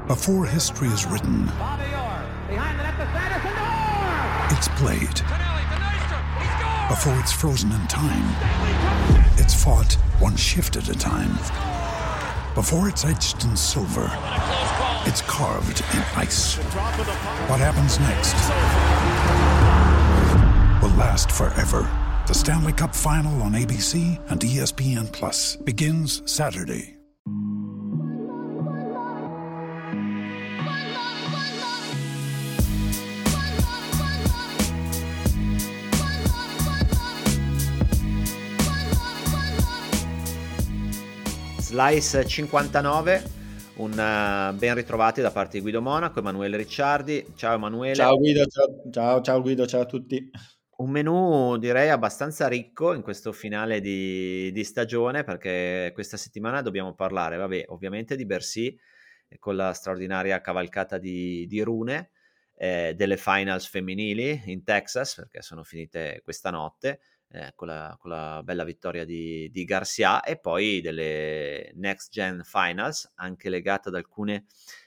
Before history is written, it's played. Before it's frozen in time, it's fought one shift at a time. Before it's etched in silver, it's carved in ice. What happens next will last forever. The Stanley Cup Final on ABC and ESPN Plus begins Saturday. Slice 59, ben ritrovati da parte di Guido Monaco, Emanuele Ricciardi. Ciao Emanuele. Ciao Guido, ciao Guido, ciao a tutti. Un menù direi abbastanza ricco in questo finale di stagione, perché questa settimana dobbiamo parlare, ovviamente di Bercy con la straordinaria cavalcata di Rune, delle finals femminili in Texas, perché sono finite questa notte. Con la bella vittoria di Garcia, e poi delle Next Gen Finals, anche legate ad alcune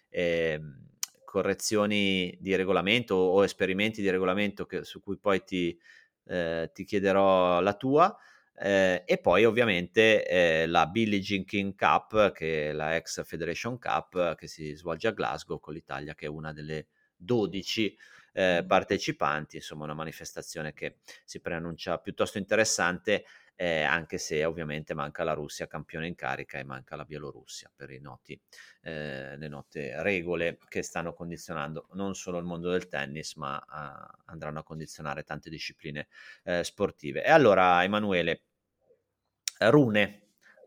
correzioni di regolamento o esperimenti di regolamento su cui poi ti chiederò la tua. E poi ovviamente la Billie Jean King Cup, che è la ex Federation Cup, che si svolge a Glasgow con l'Italia, che è una delle 12 partecipanti. Insomma, una manifestazione che si preannuncia piuttosto interessante, anche se ovviamente manca la Russia campione in carica e manca la Bielorussia per le note regole che stanno condizionando non solo il mondo del tennis, ma andranno a condizionare tante discipline sportive. E allora, Emanuele, Rune,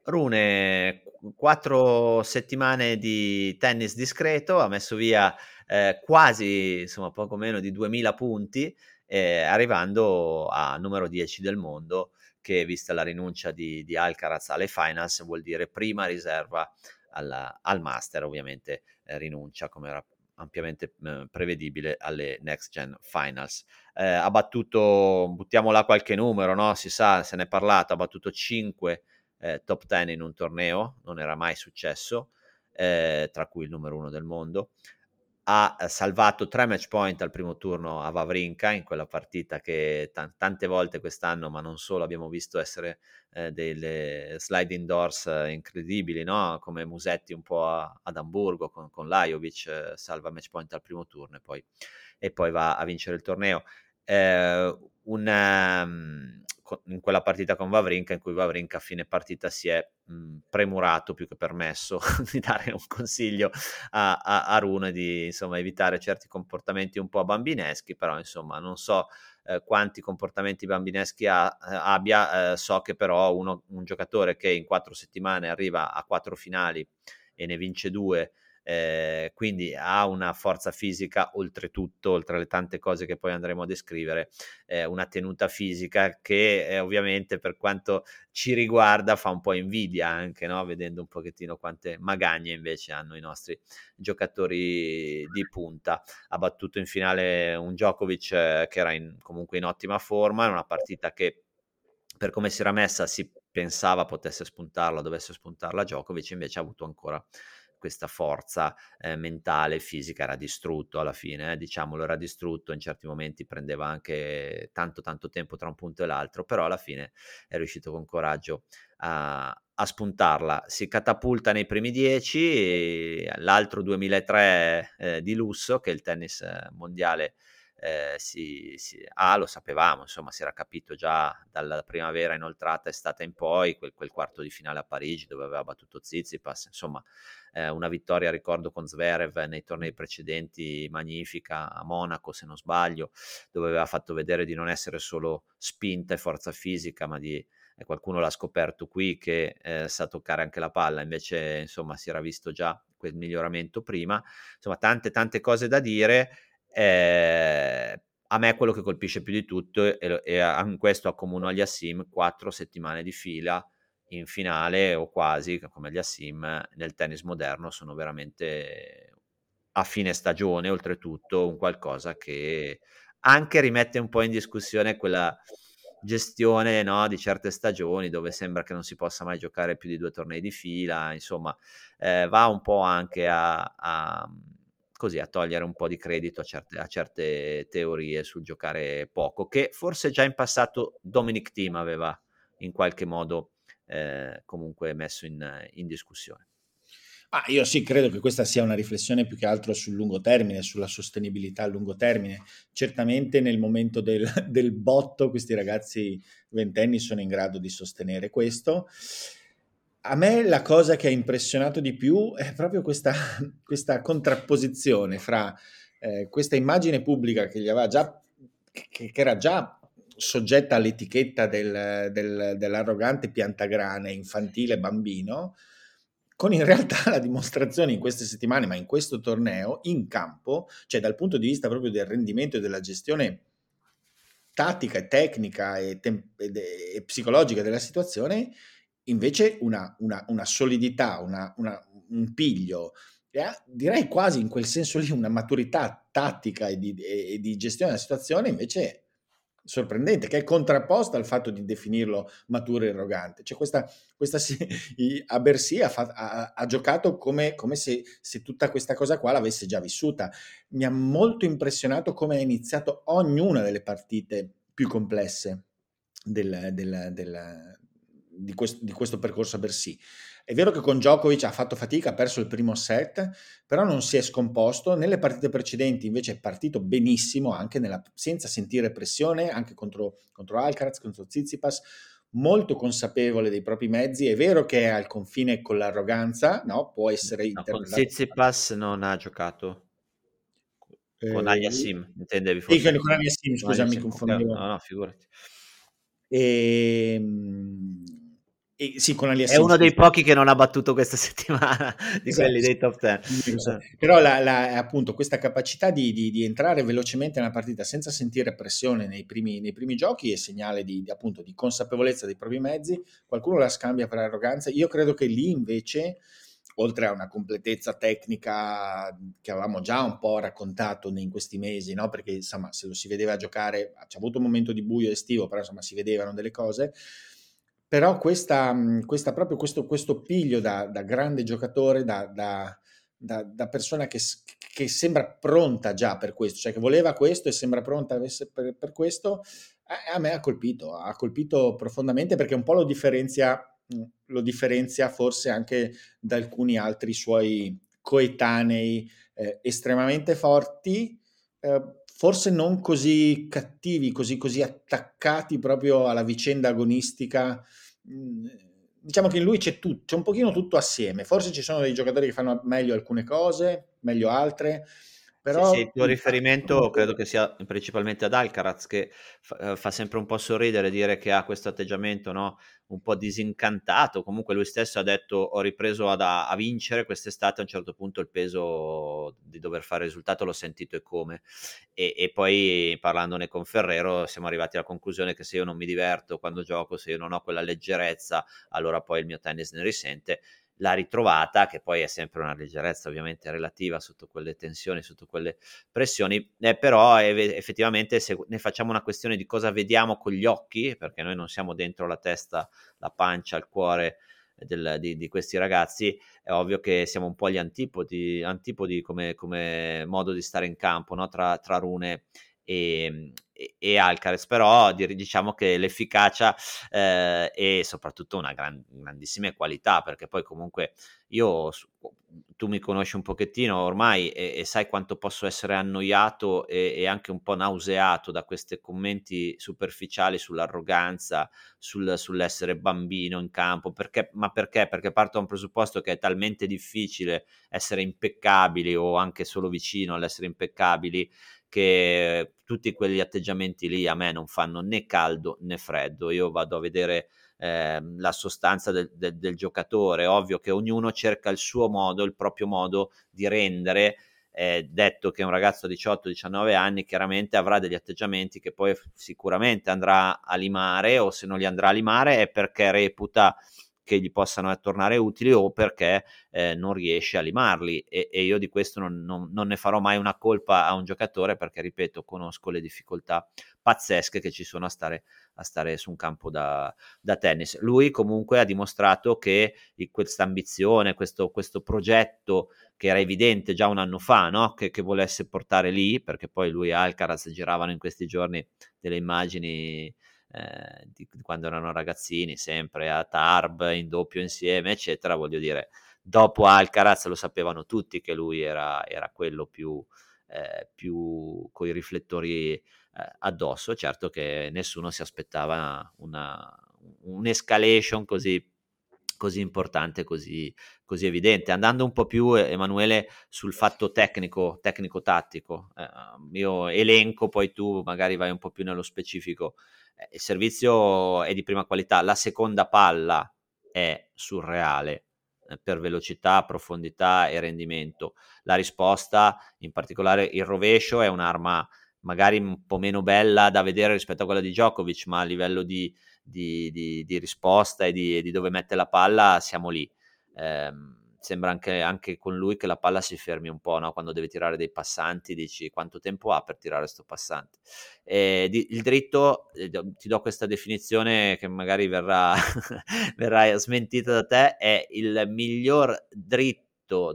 4 settimane di tennis discreto, ha messo via quasi, insomma, poco meno di 2000 punti, arrivando a numero 10 del mondo, che vista la rinuncia di Alcaraz alle finals vuol dire prima riserva al Master, ovviamente rinuncia, come era ampiamente prevedibile, alle Next Gen Finals. Ha battuto, buttiamo là qualche numero, no? Si sa, se ne è parlato, ha battuto 5 top 10 in un torneo, non era mai successo, tra cui il numero 1 del mondo. Ha salvato 3 match point al primo turno a Wawrinka, in quella partita che tante volte quest'anno, ma non solo, abbiamo visto essere delle sliding doors incredibili, no? Come Musetti un po' ad Amburgo con Lajovic, salva match point al primo turno e poi va a vincere il torneo. In quella partita con Wawrinka, in cui Wawrinka a fine partita si è premurato più che permesso di dare un consiglio a Rune di, insomma, evitare certi comportamenti un po' bambineschi, però insomma non so quanti comportamenti bambineschi abbia, so che però un giocatore che in 4 settimane arriva a 4 finali e ne vince 2, quindi ha una forza fisica, oltretutto, oltre alle tante cose che poi andremo a descrivere, una tenuta fisica che ovviamente, per quanto ci riguarda, fa un po' invidia anche, no? Vedendo un pochettino quante magagne invece hanno i nostri giocatori di punta. Ha battuto in finale un Djokovic che era comunque in ottima forma, in una partita che, per come si era messa, si pensava dovesse spuntarla Djokovic, invece ha avuto ancora questa forza mentale, fisica. Era distrutto alla fine, diciamolo, era distrutto, in certi momenti prendeva anche tanto tempo tra un punto e l'altro, però alla fine è riuscito con coraggio a spuntarla. Si catapulta nei primi 10, l'altro 2003 di lusso che il tennis mondiale lo sapevamo, insomma, si era capito già dalla primavera inoltrata estate in poi, quel quarto di finale a Parigi dove aveva battuto Tsitsipas, insomma, una vittoria, ricordo, con Zverev nei tornei precedenti magnifica, a Monaco se non sbaglio, dove aveva fatto vedere di non essere solo spinta e forza fisica, ma qualcuno l'ha scoperto qui che sa toccare anche la palla, invece insomma si era visto già quel miglioramento prima. Insomma, tante cose da dire. A me quello che colpisce più di tutto, e in questo accomuno agli Assim, 4 settimane di fila in finale o quasi, come gli Assim nel tennis moderno, sono veramente, a fine stagione oltretutto, un qualcosa che anche rimette un po' in discussione quella gestione, no, di certe stagioni dove sembra che non si possa mai giocare più di 2 tornei di fila, insomma, va un po' anche così, a togliere un po' di credito a certe teorie sul giocare poco, che forse già in passato Dominic Thiem aveva in qualche modo comunque messo in discussione. Io sì, credo che questa sia una riflessione più che altro sul lungo termine, sulla sostenibilità a lungo termine. Certamente nel momento del botto questi ragazzi ventenni sono in grado di sostenere questo. A me la cosa che ha impressionato di più è proprio questa contrapposizione fra questa immagine pubblica che gli aveva già, che era già soggetta all'etichetta dell'arrogante piantagrane infantile bambino, con in realtà la dimostrazione in queste settimane, ma in questo torneo, in campo, cioè dal punto di vista proprio del rendimento e della gestione tattica e tecnica e psicologica della situazione, invece una solidità, un piglio, direi quasi in quel senso lì una maturità tattica e di gestione della situazione invece sorprendente, che è contrapposta al fatto di definirlo maturo e arrogante. Cioè a Bercy ha giocato come se tutta questa cosa qua l'avesse già vissuta. Mi ha molto impressionato come ha iniziato ognuna delle partite più complesse di questo percorso a Bercy. È vero che con Djokovic ha fatto fatica, ha perso il primo set, però non si è scomposto. Nelle partite precedenti invece è partito benissimo, anche senza sentire pressione, anche contro Alcaraz, contro Tsitsipas, molto consapevole dei propri mezzi. È vero che è al confine con l'arroganza, no? Può essere Con interpretato. Tsitsipas non ha giocato. Con Aliassime, intendevi Sì, forse? con Aliassime, Con scusa, mi Aliassime, okay. confondevo. No, figurati. Sì, con È Aliassime, uno dei scusa. pochi che non ha battuto questa settimana di Esatto, quelli dei top 10. però appunto questa capacità di entrare velocemente nella partita senza sentire pressione nei primi giochi è segnale appunto di consapevolezza dei propri mezzi. Qualcuno la scambia per arroganza. Io credo che lì invece, oltre a una completezza tecnica che avevamo già un po' raccontato in questi mesi, no? Perché insomma se lo si vedeva giocare, c'è avuto un momento di buio estivo, però insomma si vedevano delle cose. Però proprio questo piglio da grande giocatore, da persona che sembra pronta già per questo, cioè che voleva questo e sembra pronta per questo, a me ha colpito profondamente perché un po' lo differenzia forse anche da alcuni altri suoi coetanei estremamente forti, forse non così cattivi, così attaccati proprio alla vicenda agonistica. Diciamo che in lui c'è un pochino tutto assieme. Forse ci sono dei giocatori che fanno meglio alcune cose, meglio altre, Sì, il però tuo riferimento credo che sia principalmente ad Alcaraz, che fa sempre un po' sorridere dire che ha questo atteggiamento, no, un po' disincantato. Comunque lui stesso ha detto: "Ho ripreso a vincere quest'estate, a un certo punto il peso di dover fare risultato l'ho sentito eccome". E poi parlandone con Ferrero siamo arrivati alla conclusione che se io non mi diverto quando gioco, se io non ho quella leggerezza, allora poi il mio tennis ne risente. L'ha ritrovata, che poi è sempre una leggerezza ovviamente relativa sotto quelle tensioni, sotto quelle pressioni, però effettivamente se ne facciamo una questione di cosa vediamo con gli occhi, perché noi non siamo dentro la testa, la pancia, il cuore di questi ragazzi, è ovvio che siamo un po' gli antipodi come modo di stare in campo, no? tra Rune e Alcaraz, però diciamo che l'efficacia e soprattutto una grandissime qualità, perché poi comunque tu mi conosci un pochettino ormai e sai quanto posso essere annoiato e anche un po' nauseato da questi commenti superficiali sull'arroganza, sull'essere bambino in campo, perché parto da un presupposto che è talmente difficile essere impeccabili o anche solo vicino all'essere impeccabili, che tutti quegli atteggiamenti lì a me non fanno né caldo né freddo. Io vado a vedere la sostanza del giocatore. È ovvio che ognuno cerca il suo modo, il proprio modo di rendere. Detto che un ragazzo di 18-19 anni chiaramente avrà degli atteggiamenti che poi sicuramente andrà a limare, o se non li andrà a limare è perché reputa che gli possano tornare utili o perché non riesce a limarli, e io di questo non ne farò mai una colpa a un giocatore, perché ripeto, conosco le difficoltà pazzesche che ci sono a stare su un campo da tennis. Lui comunque ha dimostrato che questa ambizione, questo progetto che era evidente già un anno fa, no? che volesse portare lì, perché poi lui e Alcaraz giravano in questi giorni delle immagini di quando erano ragazzini, sempre a Tarbes, in doppio insieme, eccetera. Voglio dire, dopo Alcaraz lo sapevano tutti che lui era quello più coi riflettori addosso. Certo che nessuno si aspettava un'escalation così importante, così evidente. Andando un po' più, Emanuele, sul fatto tecnico-tattico, io elenco, poi tu magari vai un po' più nello specifico. Il servizio è di prima qualità, la seconda palla è surreale per velocità, profondità e rendimento. La risposta, in particolare il rovescio, è un'arma magari un po' meno bella da vedere rispetto a quella di Djokovic, ma a livello di risposta e di dove mette la palla siamo lì. Sembra anche con lui che la palla si fermi un po', no? Quando deve tirare dei passanti dici quanto tempo ha per tirare sto passante. Il dritto, ti do questa definizione che magari verrà smentita da te, è il miglior dritto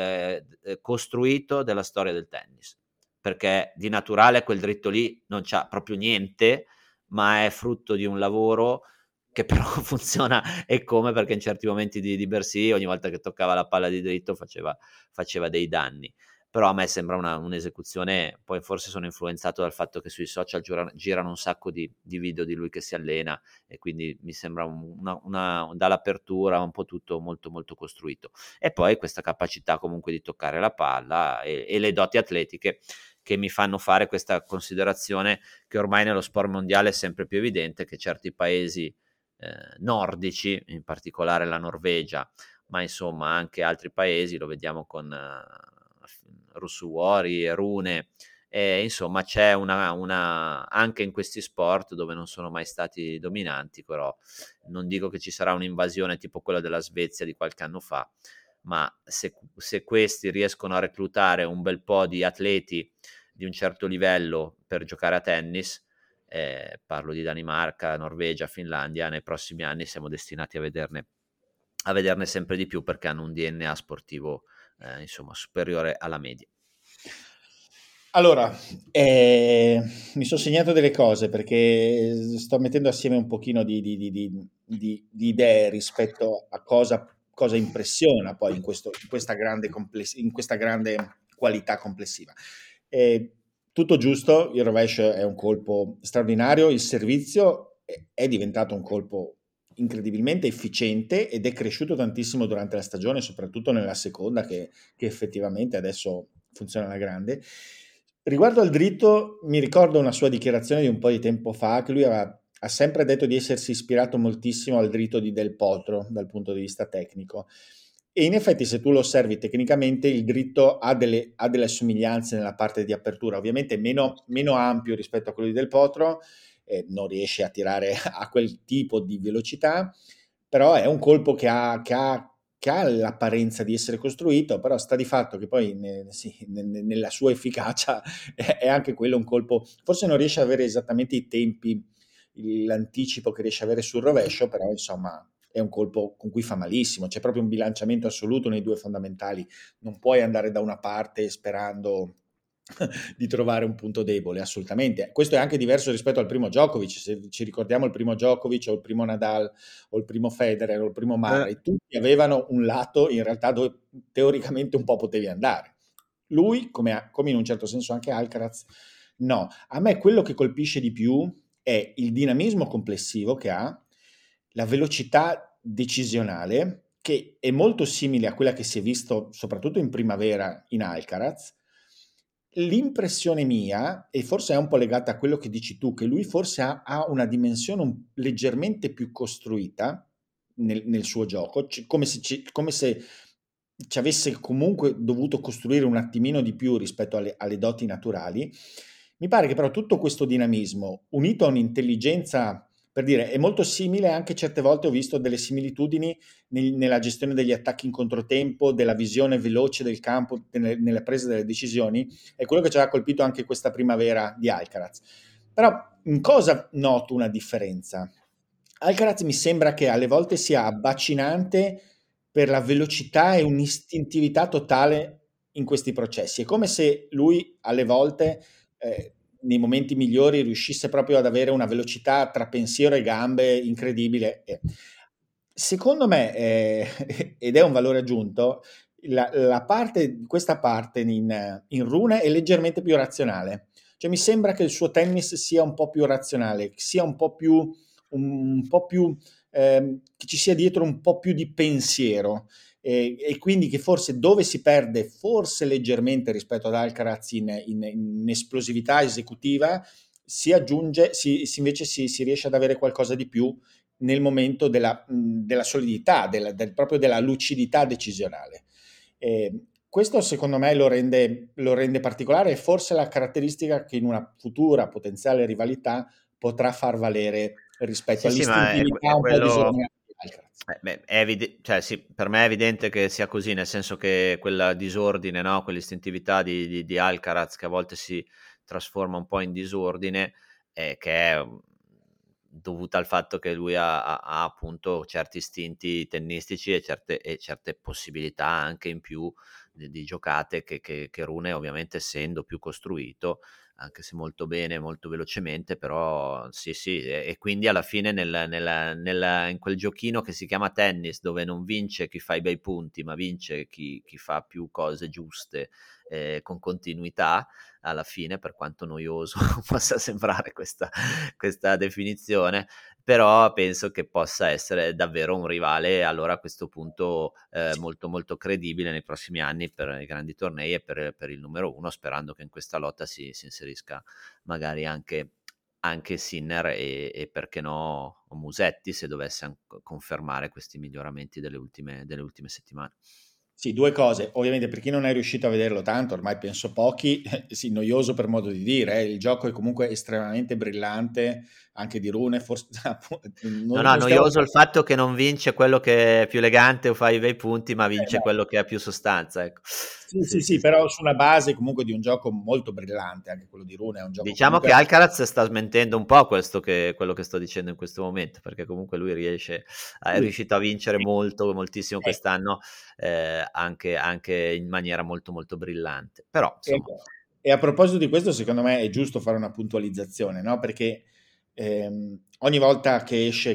costruito della storia del tennis, perché di naturale quel dritto lì non c'ha proprio niente, ma è frutto di un lavoro che però funziona, e come, perché in certi momenti di Bercy, ogni volta che toccava la palla di dritto faceva dei danni. Però a me sembra un'esecuzione, poi forse sono influenzato dal fatto che sui social girano un sacco di video di lui che si allena, e quindi mi sembra dall'apertura un po' tutto molto molto costruito. E poi questa capacità comunque di toccare la palla e le doti atletiche che mi fanno fare questa considerazione, che ormai nello sport mondiale è sempre più evidente che certi paesi nordici, in particolare la Norvegia, ma insomma anche altri paesi, lo vediamo con Rusuori e Rune, insomma c'è anche in questi sport dove non sono mai stati dominanti, però non dico che ci sarà un'invasione tipo quella della Svezia di qualche anno fa, ma se questi riescono a reclutare un bel po' di atleti di un certo livello per giocare a tennis, parlo di Danimarca, Norvegia, Finlandia, nei prossimi anni siamo destinati a vederne sempre di più, perché hanno un DNA sportivo insomma superiore alla media. Allora, mi sono segnato delle cose perché sto mettendo assieme un pochino di idee rispetto a cosa impressiona poi in questa grande qualità complessiva. Tutto giusto, il rovescio è un colpo straordinario, il servizio è diventato un colpo incredibilmente efficiente ed è cresciuto tantissimo durante la stagione, soprattutto nella seconda, che effettivamente adesso funziona alla grande. Riguardo al dritto, mi ricordo una sua dichiarazione di un po' di tempo fa, che lui ha sempre detto di essersi ispirato moltissimo al dritto di Del Potro dal punto di vista tecnico. E in effetti, se tu lo osservi tecnicamente, il dritto ha delle somiglianze nella parte di apertura, ovviamente meno ampio rispetto a quello di Del Potro, non riesce a tirare a quel tipo di velocità, però è un colpo che ha l'apparenza di essere costruito, però sta di fatto che poi nella sua efficacia è anche quello un colpo, forse non riesce ad avere esattamente i tempi, l'anticipo che riesce ad avere sul rovescio, però insomma è un colpo con cui fa malissimo, c'è proprio un bilanciamento assoluto nei due fondamentali, non puoi andare da una parte sperando di trovare un punto debole, assolutamente. Questo è anche diverso rispetto al primo Djokovic, se ci ricordiamo il primo Djokovic o il primo Nadal o il primo Federer o il primo Murray, tutti avevano un lato in realtà dove teoricamente un po' potevi andare. Lui, come in un certo senso anche Alcaraz, no. A me quello che colpisce di più è il dinamismo complessivo che ha, la velocità decisionale, che è molto simile a quella che si è visto soprattutto in primavera in Alcaraz. L'impressione mia, e forse è un po' legata a quello che dici tu, che lui forse ha una dimensione leggermente più costruita nel suo gioco, come se ci avesse comunque dovuto costruire un attimino di più rispetto alle doti naturali. Mi pare che però tutto questo dinamismo, unito a un'intelligenza Per dire, è molto simile, anche certe volte ho visto delle similitudini nella gestione degli attacchi in controtempo, della visione veloce del campo, nella presa delle decisioni. È quello che ci ha colpito anche questa primavera di Alcaraz. Però in cosa noto una differenza? Alcaraz mi sembra che alle volte sia abbacinante per la velocità e un'istintività totale in questi processi. È come se lui alle volte, nei momenti migliori, riuscisse proprio ad avere una velocità tra pensiero e gambe incredibile. Secondo me, ed è un valore aggiunto, questa parte in Rune è leggermente più razionale. Cioè mi sembra che il suo tennis sia un po' più razionale, sia un po' più che ci sia dietro un po' più di pensiero e quindi che forse dove si perde forse leggermente rispetto ad Alcaraz in esplosività esecutiva invece si riesce ad avere qualcosa di più nel momento della solidità, proprio della lucidità decisionale. Questo secondo me lo rende particolare e forse la caratteristica che in una futura potenziale rivalità potrà far valere rispetto Sì, sì, ma all'istintività è un po' quello. disordinata di Alcaraz. Beh, cioè, sì, per me è evidente che sia così, nel senso che quel disordine, no? Quell'istintività di Alcaraz che a volte si trasforma un po' in disordine, che è dovuta al fatto che lui ha appunto certi istinti tennistici e certe possibilità anche in più di giocate che Rune, ovviamente essendo più costruito, anche se molto bene, molto velocemente, però sì, sì, e quindi alla fine in quel giochino che si chiama tennis, dove non vince chi fa i bei punti, ma vince chi fa più cose giuste, con continuità, alla fine, per quanto noioso possa sembrare questa definizione, però penso che possa essere davvero un rivale allora a questo punto molto molto credibile nei prossimi anni per i grandi tornei e per il numero uno, sperando che in questa lotta si inserisca magari anche Sinner e perché no Musetti, se dovesse confermare questi miglioramenti delle ultime settimane. Sì, due cose. Ovviamente per chi non è riuscito a vederlo tanto, ormai penso pochi, sì, noioso per modo di dire, il gioco è comunque estremamente brillante, anche di Rune, forse No, non, no, non stiamo noioso il fatto che non vince quello che è più elegante o fa i bei punti, ma vince no. quello che ha più sostanza, ecco. Sì, sì, Sì, sì, sì, sì. però su una base comunque di un gioco molto brillante, anche quello di Rune è un gioco Diciamo che comunque. Alcaraz sta smentendo un po' quello che sto dicendo in questo momento, perché comunque lui è Sì, riuscito a vincere sì, molto, moltissimo ecco, quest'anno, anche in maniera molto, molto brillante. Però, insomma, ecco. E a proposito di questo, secondo me è giusto fare una puntualizzazione, no? Perché ogni volta che esce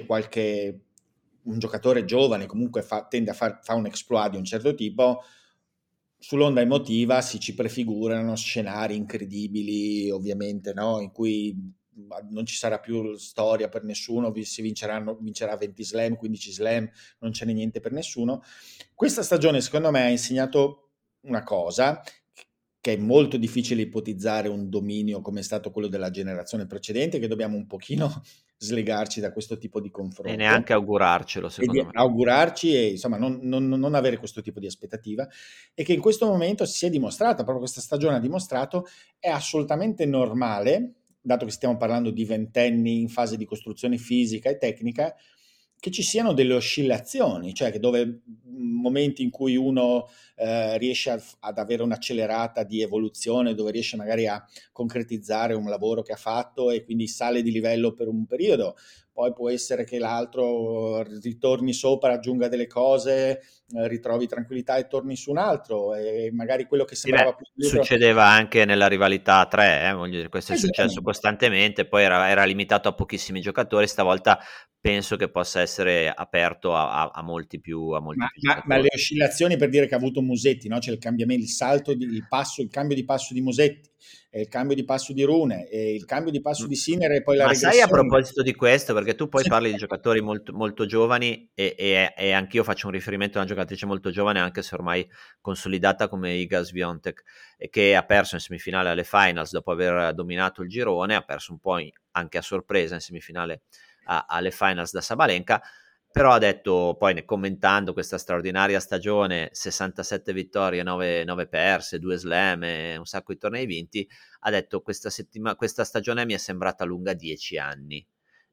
un giocatore giovane, comunque tende a fa un exploit di un certo tipo, sull'onda emotiva ci prefigurano scenari incredibili, ovviamente, no? In cui non ci sarà più storia per nessuno, vincerà 20 slam, 15 slam, non ce n'è niente per nessuno. Questa stagione, secondo me, ha insegnato una cosa, che è molto difficile ipotizzare un dominio come è stato quello della generazione precedente, che dobbiamo un pochino slegarci da questo tipo di e confronto neanche augurarcelo, e di secondo me. augurarci e insomma non avere questo tipo di aspettativa e che in questo momento si è dimostrato, proprio questa stagione ha dimostrato, è assolutamente normale, dato che stiamo parlando di ventenni in fase di costruzione fisica e tecnica, che ci siano delle oscillazioni, cioè che dove momenti in cui uno riesce ad avere un'accelerata di evoluzione, dove riesce magari a concretizzare un lavoro che ha fatto e quindi sale di livello per un periodo, poi può essere che l'altro ritorni sopra, aggiunga delle cose, ritrovi tranquillità e torni su un altro e magari quello che Sì, beh, sembrava più dietro. succedeva anche nella rivalità a 3, voglio dire, questo è successo Esattamente. costantemente, poi era limitato a pochissimi giocatori, stavolta penso che possa essere aperto a molti più Ma le giocatori. oscillazioni per dire che ha avuto Musetti, no? C'è il cambiamento, il cambio di passo di Musetti, il cambio di passo di Rune, il cambio di passo M di Sinner e poi la ma sai, a regressione. proposito di questo, perché tu poi parli di giocatori molto, molto giovani e anch'io faccio un riferimento a una giocatrice molto giovane, anche se ormai consolidata come Iga Swiatek, e che ha perso in semifinale alle finals dopo aver dominato il girone, ha perso un po' anche a sorpresa in semifinale alle finals da Sabalenka, però ha detto poi commentando questa straordinaria stagione, 67 vittorie, 9 perse, 2 slam e un sacco di tornei vinti, ha detto questa stagione mi è sembrata lunga 10 anni.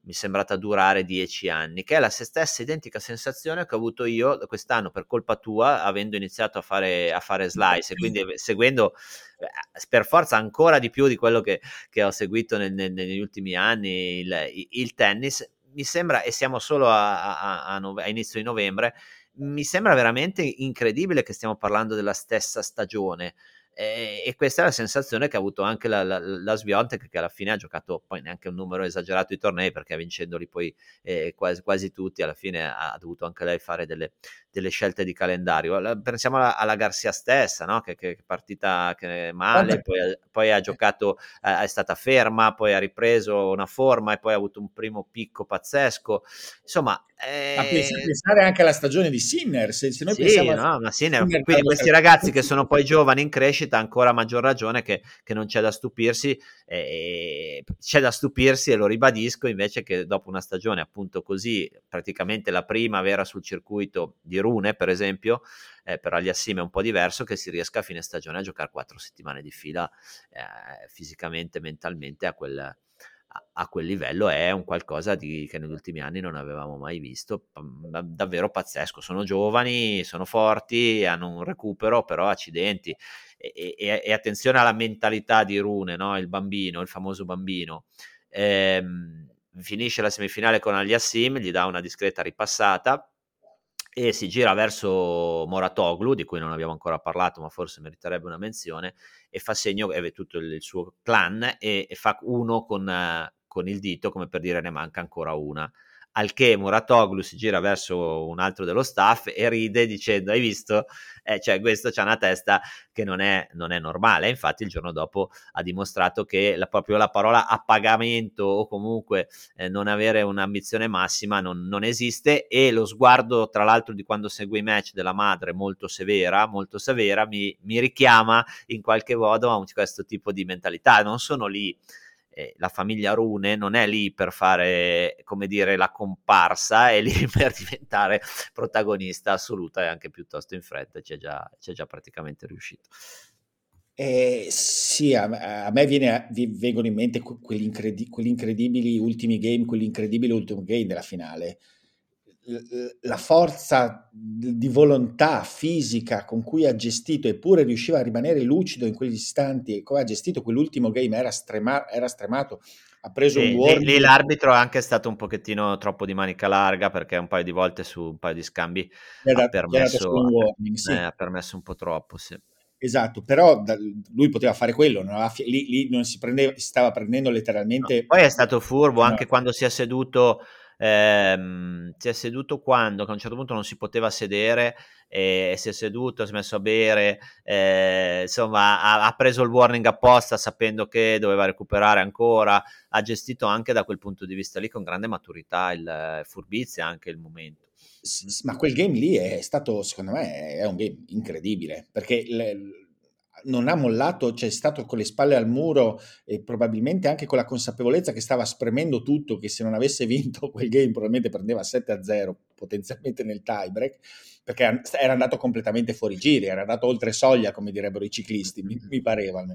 mi è sembrata durare 10 anni, che è la stessa identica sensazione che ho avuto io quest'anno per colpa tua, avendo iniziato a fare slice e quindi seguendo per forza ancora di più di quello che ho seguito negli ultimi anni il tennis. Mi sembra, e siamo solo a inizio di novembre, mi sembra veramente incredibile che stiamo parlando della stessa stagione. E questa è la sensazione che ha avuto anche la Swiatek, che alla fine ha giocato poi neanche un numero esagerato di tornei, perché vincendoli poi quasi tutti, alla fine ha dovuto anche lei fare delle scelte di calendario. Pensiamo alla Garcia stessa, no? Che partita male, poi ha giocato, è stata ferma, poi ha ripreso una forma e poi ha avuto un primo picco pazzesco. Insomma, ma pensare anche alla stagione di Sinner, se noi sì, pensiamo no, ma Sinner, quindi questi ragazzi che sono poi giovani in crescita, ancora a maggior ragione che non c'è da stupirsi, c'è da stupirsi, e lo ribadisco, invece che dopo una stagione appunto così, praticamente la prima vera sul circuito di Rune, per esempio, per Aliassime è un po' diverso, che si riesca a fine stagione a giocare 4 settimane di fila fisicamente, mentalmente a quel livello. È un qualcosa che negli ultimi anni non avevamo mai visto, davvero pazzesco. Sono giovani, sono forti, hanno un recupero, però accidenti. E attenzione alla mentalità di Rune, no? Il bambino, il famoso bambino. Finisce la semifinale con Aliassim, gli dà una discreta ripassata e si gira verso Mouratoglou, di cui non abbiamo ancora parlato, ma forse meriterebbe una menzione, e fa segno, tutto il suo clan, e fa uno con il dito, come per dire ne manca ancora una. Al che Mouratoglou si gira verso un altro dello staff e ride dicendo: hai visto? Cioè, questo c'ha una testa che non è normale. Infatti il giorno dopo ha dimostrato che proprio la parola appagamento, o comunque non avere un'ambizione massima, non esiste. E lo sguardo, tra l'altro, di quando segue i match della madre, molto severa, mi richiama in qualche modo a questo tipo di mentalità. Non sono lì, la famiglia Rune non è lì per fare, come dire, la comparsa, è lì per diventare protagonista assoluta, e anche piuttosto in fretta c'è già praticamente riuscito. Sì, a me vengono in mente quegli incredibili ultimi game, quell'incredibile ultimo game della finale. La forza di volontà fisica con cui ha gestito, eppure riusciva a rimanere lucido in quegli istanti, e come ha gestito quell'ultimo game era stremato. Ha preso un warning. Lì l'arbitro è anche stato un pochettino troppo di manica larga, perché un paio di volte su un paio di scambi ha permesso un warning, sì. Ha permesso un po' troppo, sì. Esatto, però lui poteva fare quello, lì non si stava prendendo letteralmente. No, poi è stato furbo anche quando si è seduto. Si è seduto quando, che a un certo punto non si poteva sedere, e si è seduto, si è messo a bere, insomma ha preso il warning apposta, sapendo che doveva recuperare ancora. Ha gestito anche da quel punto di vista lì con grande maturità, il furbizia anche il momento. Ma quel game lì è stato, secondo me, è un game incredibile, perché non ha mollato, cioè è stato con le spalle al muro, e probabilmente anche con la consapevolezza che stava spremendo tutto, che se non avesse vinto quel game probabilmente prendeva 7-0 potenzialmente nel tiebreak, perché era andato completamente fuori giri, era andato oltre soglia, come direbbero i ciclisti, mi pareva.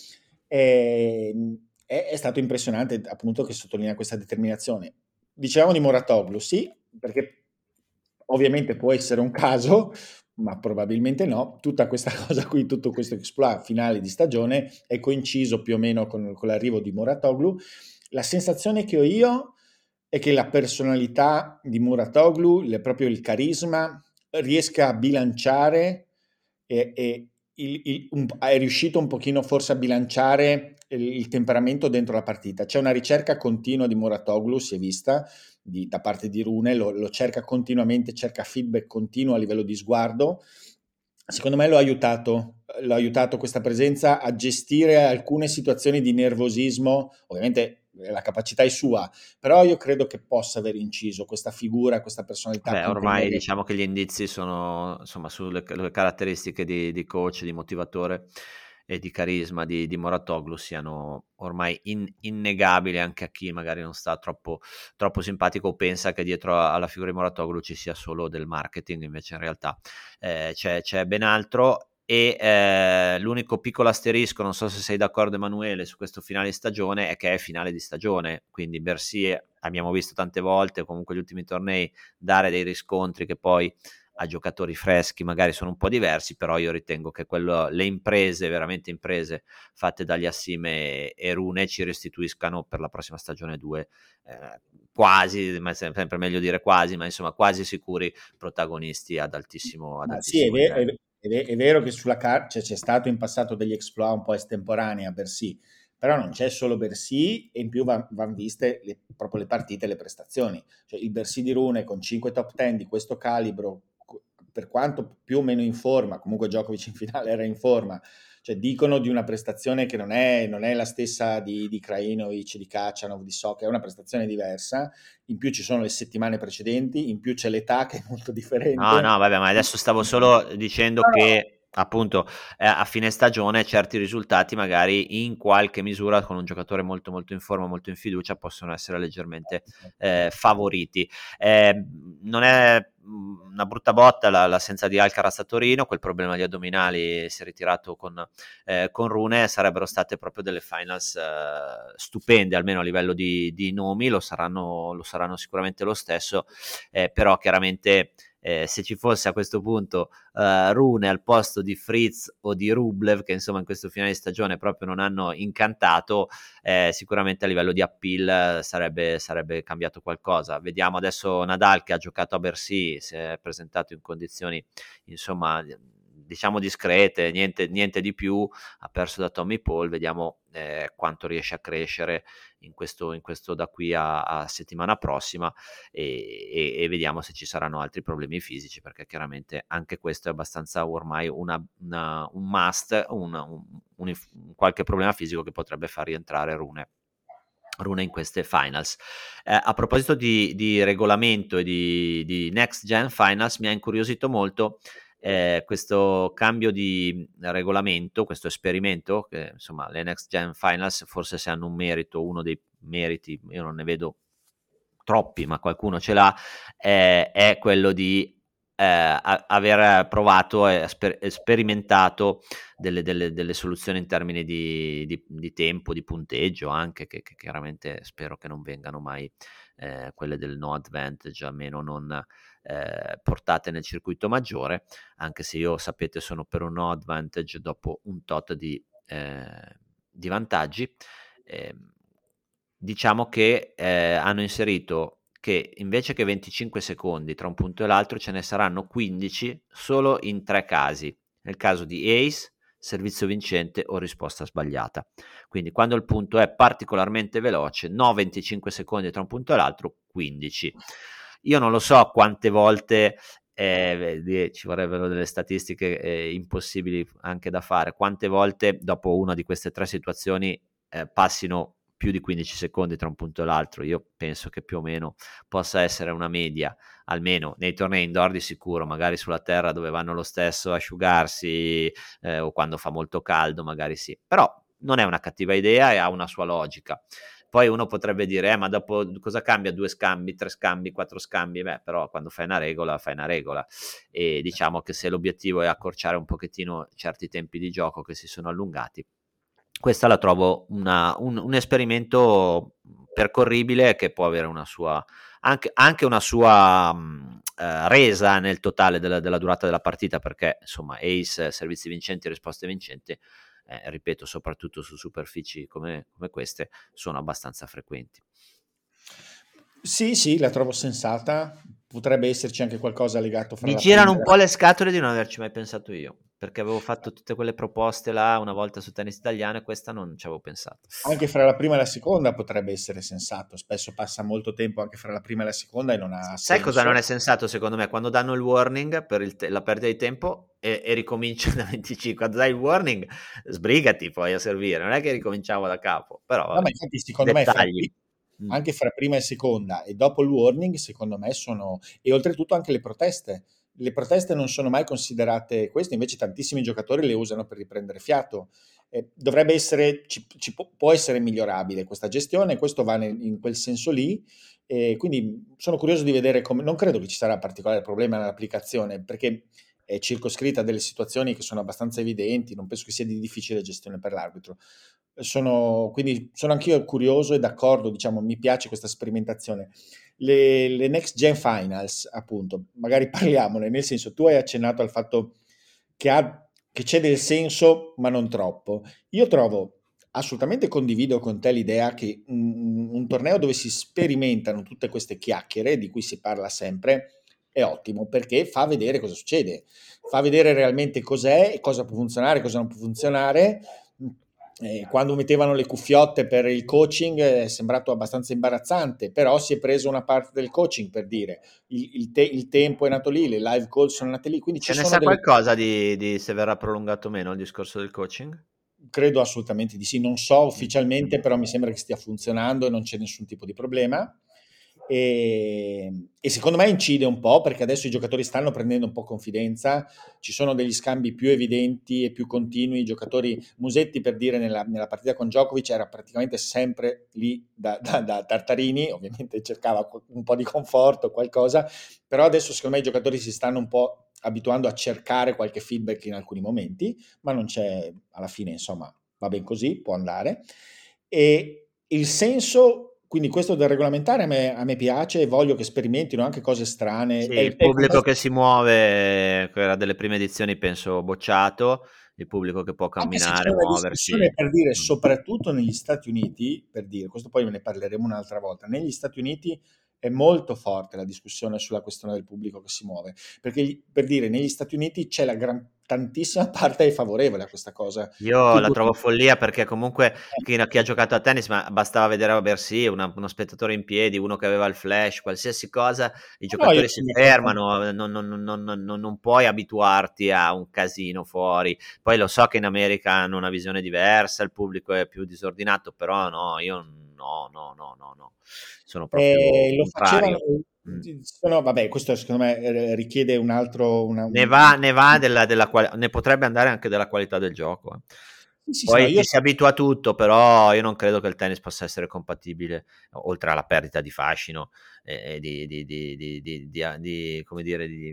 È stato impressionante, appunto, che sottolinea questa determinazione. Dicevamo di Mouratoglou, sì, perché ovviamente può essere un caso, ma probabilmente no. Tutta questa cosa qui, tutto questo exploit finale di stagione è coinciso più o meno con l'arrivo di Mouratoglou. La sensazione che ho io è che la personalità di Mouratoglou, proprio il carisma, riesca a bilanciare e è riuscito un pochino forse a bilanciare il temperamento dentro la partita. C'è una ricerca continua di Mouratoglou, si è vista, da parte di Rune, lo cerca continuamente, cerca feedback continuo a livello di sguardo. Secondo me lo ha aiutato questa presenza a gestire alcune situazioni di nervosismo. Ovviamente la capacità è sua, però io credo che possa aver inciso questa figura, questa personalità. Beh, ormai diciamo che gli indizi sono, insomma, sulle caratteristiche di coach, di motivatore e di carisma di Mouratoglou siano ormai innegabili, anche a chi magari non sta troppo simpatico o pensa che dietro alla figura di Mouratoglou ci sia solo del marketing. Invece in realtà c'è ben altro. e l'unico piccolo asterisco, non so se sei d'accordo Emanuele, su questo finale di stagione, è che è finale di stagione, quindi Bercy abbiamo visto tante volte, comunque gli ultimi tornei, dare dei riscontri che poi a giocatori freschi magari sono un po' diversi, però io ritengo che le imprese, veramente imprese fatte dagli Assieme e Rune ci restituiscano per la prossima stagione 2 quasi, ma è sempre meglio dire quasi, ma insomma quasi sicuri protagonisti ad altissimo Ma sì, livello. è vero che sulla carta c'è stato in passato degli exploit un po' estemporanei a Bercy, però non c'è solo Bercy e in più vanno viste proprio le partite e le prestazioni. Cioè, il Bercy di Rune con 5 top 10 di questo calibro, per quanto più o meno in forma, comunque Djokovic in finale era in forma, cioè dicono di una prestazione che non è la stessa di Krajinovic, di Khachanov, di Sock, è una prestazione diversa. In più ci sono le settimane precedenti, in più c'è l'età che è molto No, differente. no, vabbè, ma adesso stavo solo dicendo No, no. che appunto a fine stagione certi risultati magari in qualche misura con un giocatore molto molto in forma, molto in fiducia possono essere leggermente favoriti. Non è una brutta botta l'assenza di Alcaraz a Torino, quel problema di addominali si è ritirato con Rune, sarebbero state proprio delle finals stupende, almeno a livello di nomi, lo saranno sicuramente lo stesso, però chiaramente se ci fosse a questo punto Rune al posto di Fritz o di Rublev, che insomma in questo finale di stagione proprio non hanno incantato, sicuramente a livello di appeal sarebbe cambiato qualcosa. Vediamo adesso Nadal, che ha giocato a Bercy, si è presentato in condizioni insomma diciamo discrete, niente di più, ha perso da Tommy Paul, vediamo quanto riesce a crescere in questo da qui a settimana prossima, e vediamo se ci saranno altri problemi fisici, perché chiaramente anche questo è abbastanza ormai un must, un qualche problema fisico che potrebbe far rientrare Rune in queste finals. A proposito di regolamento e di Next Gen Finals, mi ha incuriosito molto questo cambio di regolamento, questo esperimento, che insomma le Next Gen Finals forse se hanno un merito, uno dei meriti, io non ne vedo troppi, ma qualcuno ce l'ha, è quello di aver provato e sperimentato delle soluzioni in termini di tempo, di punteggio anche, che chiaramente spero che non vengano mai quelle del no advantage, almeno non portate nel circuito maggiore, anche se io sapete sono per un no advantage dopo un tot di vantaggi. Diciamo che hanno inserito che invece che 25 secondi tra un punto e l'altro ce ne saranno 15 solo in 3 casi, nel caso di ace, servizio vincente o risposta sbagliata. Quindi quando il punto è particolarmente veloce, no 25 secondi tra un punto e l'altro, 15. Io non lo so quante volte ci vorrebbero delle statistiche impossibili anche da fare, quante volte dopo una di queste 3 situazioni passino più di 15 secondi tra un punto e l'altro. Io penso che più o meno possa essere una media, almeno nei tornei indoor di sicuro, magari sulla terra dove vanno lo stesso a asciugarsi o quando fa molto caldo magari sì, però non è una cattiva idea e ha una sua logica. Poi uno potrebbe dire, ma dopo cosa cambia? 2 scambi, 3 scambi, 4 scambi? Beh, però quando fai una regola, fai una regola. E diciamo che se l'obiettivo è accorciare un pochettino certi tempi di gioco che si sono allungati, questa la trovo un esperimento percorribile che può avere una sua anche una sua resa nel totale della durata della partita, perché insomma ace, servizi vincenti, risposte vincenti, ripeto, soprattutto su superfici come queste, sono abbastanza frequenti. Sì, sì, la trovo sensata. Potrebbe esserci anche qualcosa legato fra Mi la girano prima un e po' la... le scatole di non averci mai pensato io, perché avevo fatto tutte quelle proposte là una volta su tennis italiano e questa non ci avevo pensato. Anche fra la prima e la seconda potrebbe essere sensato. Spesso passa molto tempo anche fra la prima e la seconda e non ha Sai cosa non senso. è sensato secondo me? Quando danno il warning per la perdita di tempo e ricomincio da 25. Quando dai il warning, sbrigati poi a servire, non è che ricominciamo da capo, però No, ma vabbè, infatti secondo me dettagli. Mm. anche fra prima e seconda e dopo il warning, secondo me sono... E oltretutto anche le proteste. Le proteste non sono mai considerate queste, invece tantissimi giocatori le usano per riprendere fiato. Dovrebbe essere, può essere migliorabile questa gestione, questo va in quel senso lì. Quindi sono curioso di vedere come... Non credo che ci sarà particolare problema nell'applicazione, perché è circoscritta a delle situazioni che sono abbastanza evidenti, non penso che sia di difficile gestione per l'arbitro. Quindi sono anch'io curioso e d'accordo, diciamo, mi piace questa sperimentazione. Le Next Gen Finals, appunto, magari parliamone, nel senso, tu hai accennato al fatto che c'è del senso, ma non troppo. Io trovo, assolutamente condivido con te l'idea che un torneo dove si sperimentano tutte queste chiacchiere, di cui si parla sempre, è ottimo, perché fa vedere cosa succede, fa vedere realmente cos'è, cosa può funzionare, cosa non può funzionare. Quando mettevano le cuffiotte per il coaching è sembrato abbastanza imbarazzante, però si è preso una parte del coaching, per dire il tempo è nato lì, le live call sono nate lì, quindi ci Se ne sono sa delle... qualcosa di se verrà prolungato o meno il discorso del coaching? Credo assolutamente di sì, non so ufficialmente, però mi sembra che stia funzionando e non c'è nessun tipo di problema. E secondo me incide un po' perché adesso i giocatori stanno prendendo un po' confidenza, ci sono degli scambi più evidenti e più continui. I giocatori, Musetti per dire nella partita con Djokovic era praticamente sempre lì da Tartarini, ovviamente cercava un po' di conforto, qualcosa, però adesso secondo me i giocatori si stanno un po' abituando a cercare qualche feedback in alcuni momenti, ma non c'è, alla fine insomma va ben così, può andare. E il senso, quindi questo del regolamentare a me piace e voglio che sperimentino anche cose strane. Sì, il pubblico che si muove, che era delle prime edizioni penso bocciato, il pubblico che può Anche se c'è camminare, una muoversi. discussione, per dire, soprattutto negli Stati Uniti, per dire, questo poi ne parleremo un'altra volta, negli Stati Uniti è molto forte la discussione sulla questione del pubblico che si muove, perché per dire, negli Stati Uniti c'è tantissima parte è favorevole a questa cosa. Io la trovo Figurati. follia perché comunque chi ha giocato a tennis, ma bastava vedere a Bercy, uno spettatore in piedi, uno che aveva il flash, qualsiasi cosa, i No, io giocatori si sono d'accordo con te. fermano, non puoi abituarti a un casino fuori. Poi lo so che in America hanno una visione diversa, il pubblico è più disordinato, però no, io no, sono proprio Lo facevano, contrario. Mm. vabbè, questo secondo me richiede un altro, Ne potrebbe andare anche della qualità del gioco. sì, sì, sì, no, Poi io ci si abitua a tutto, però io non credo che il tennis possa essere compatibile, oltre alla perdita di fascino, come dire, di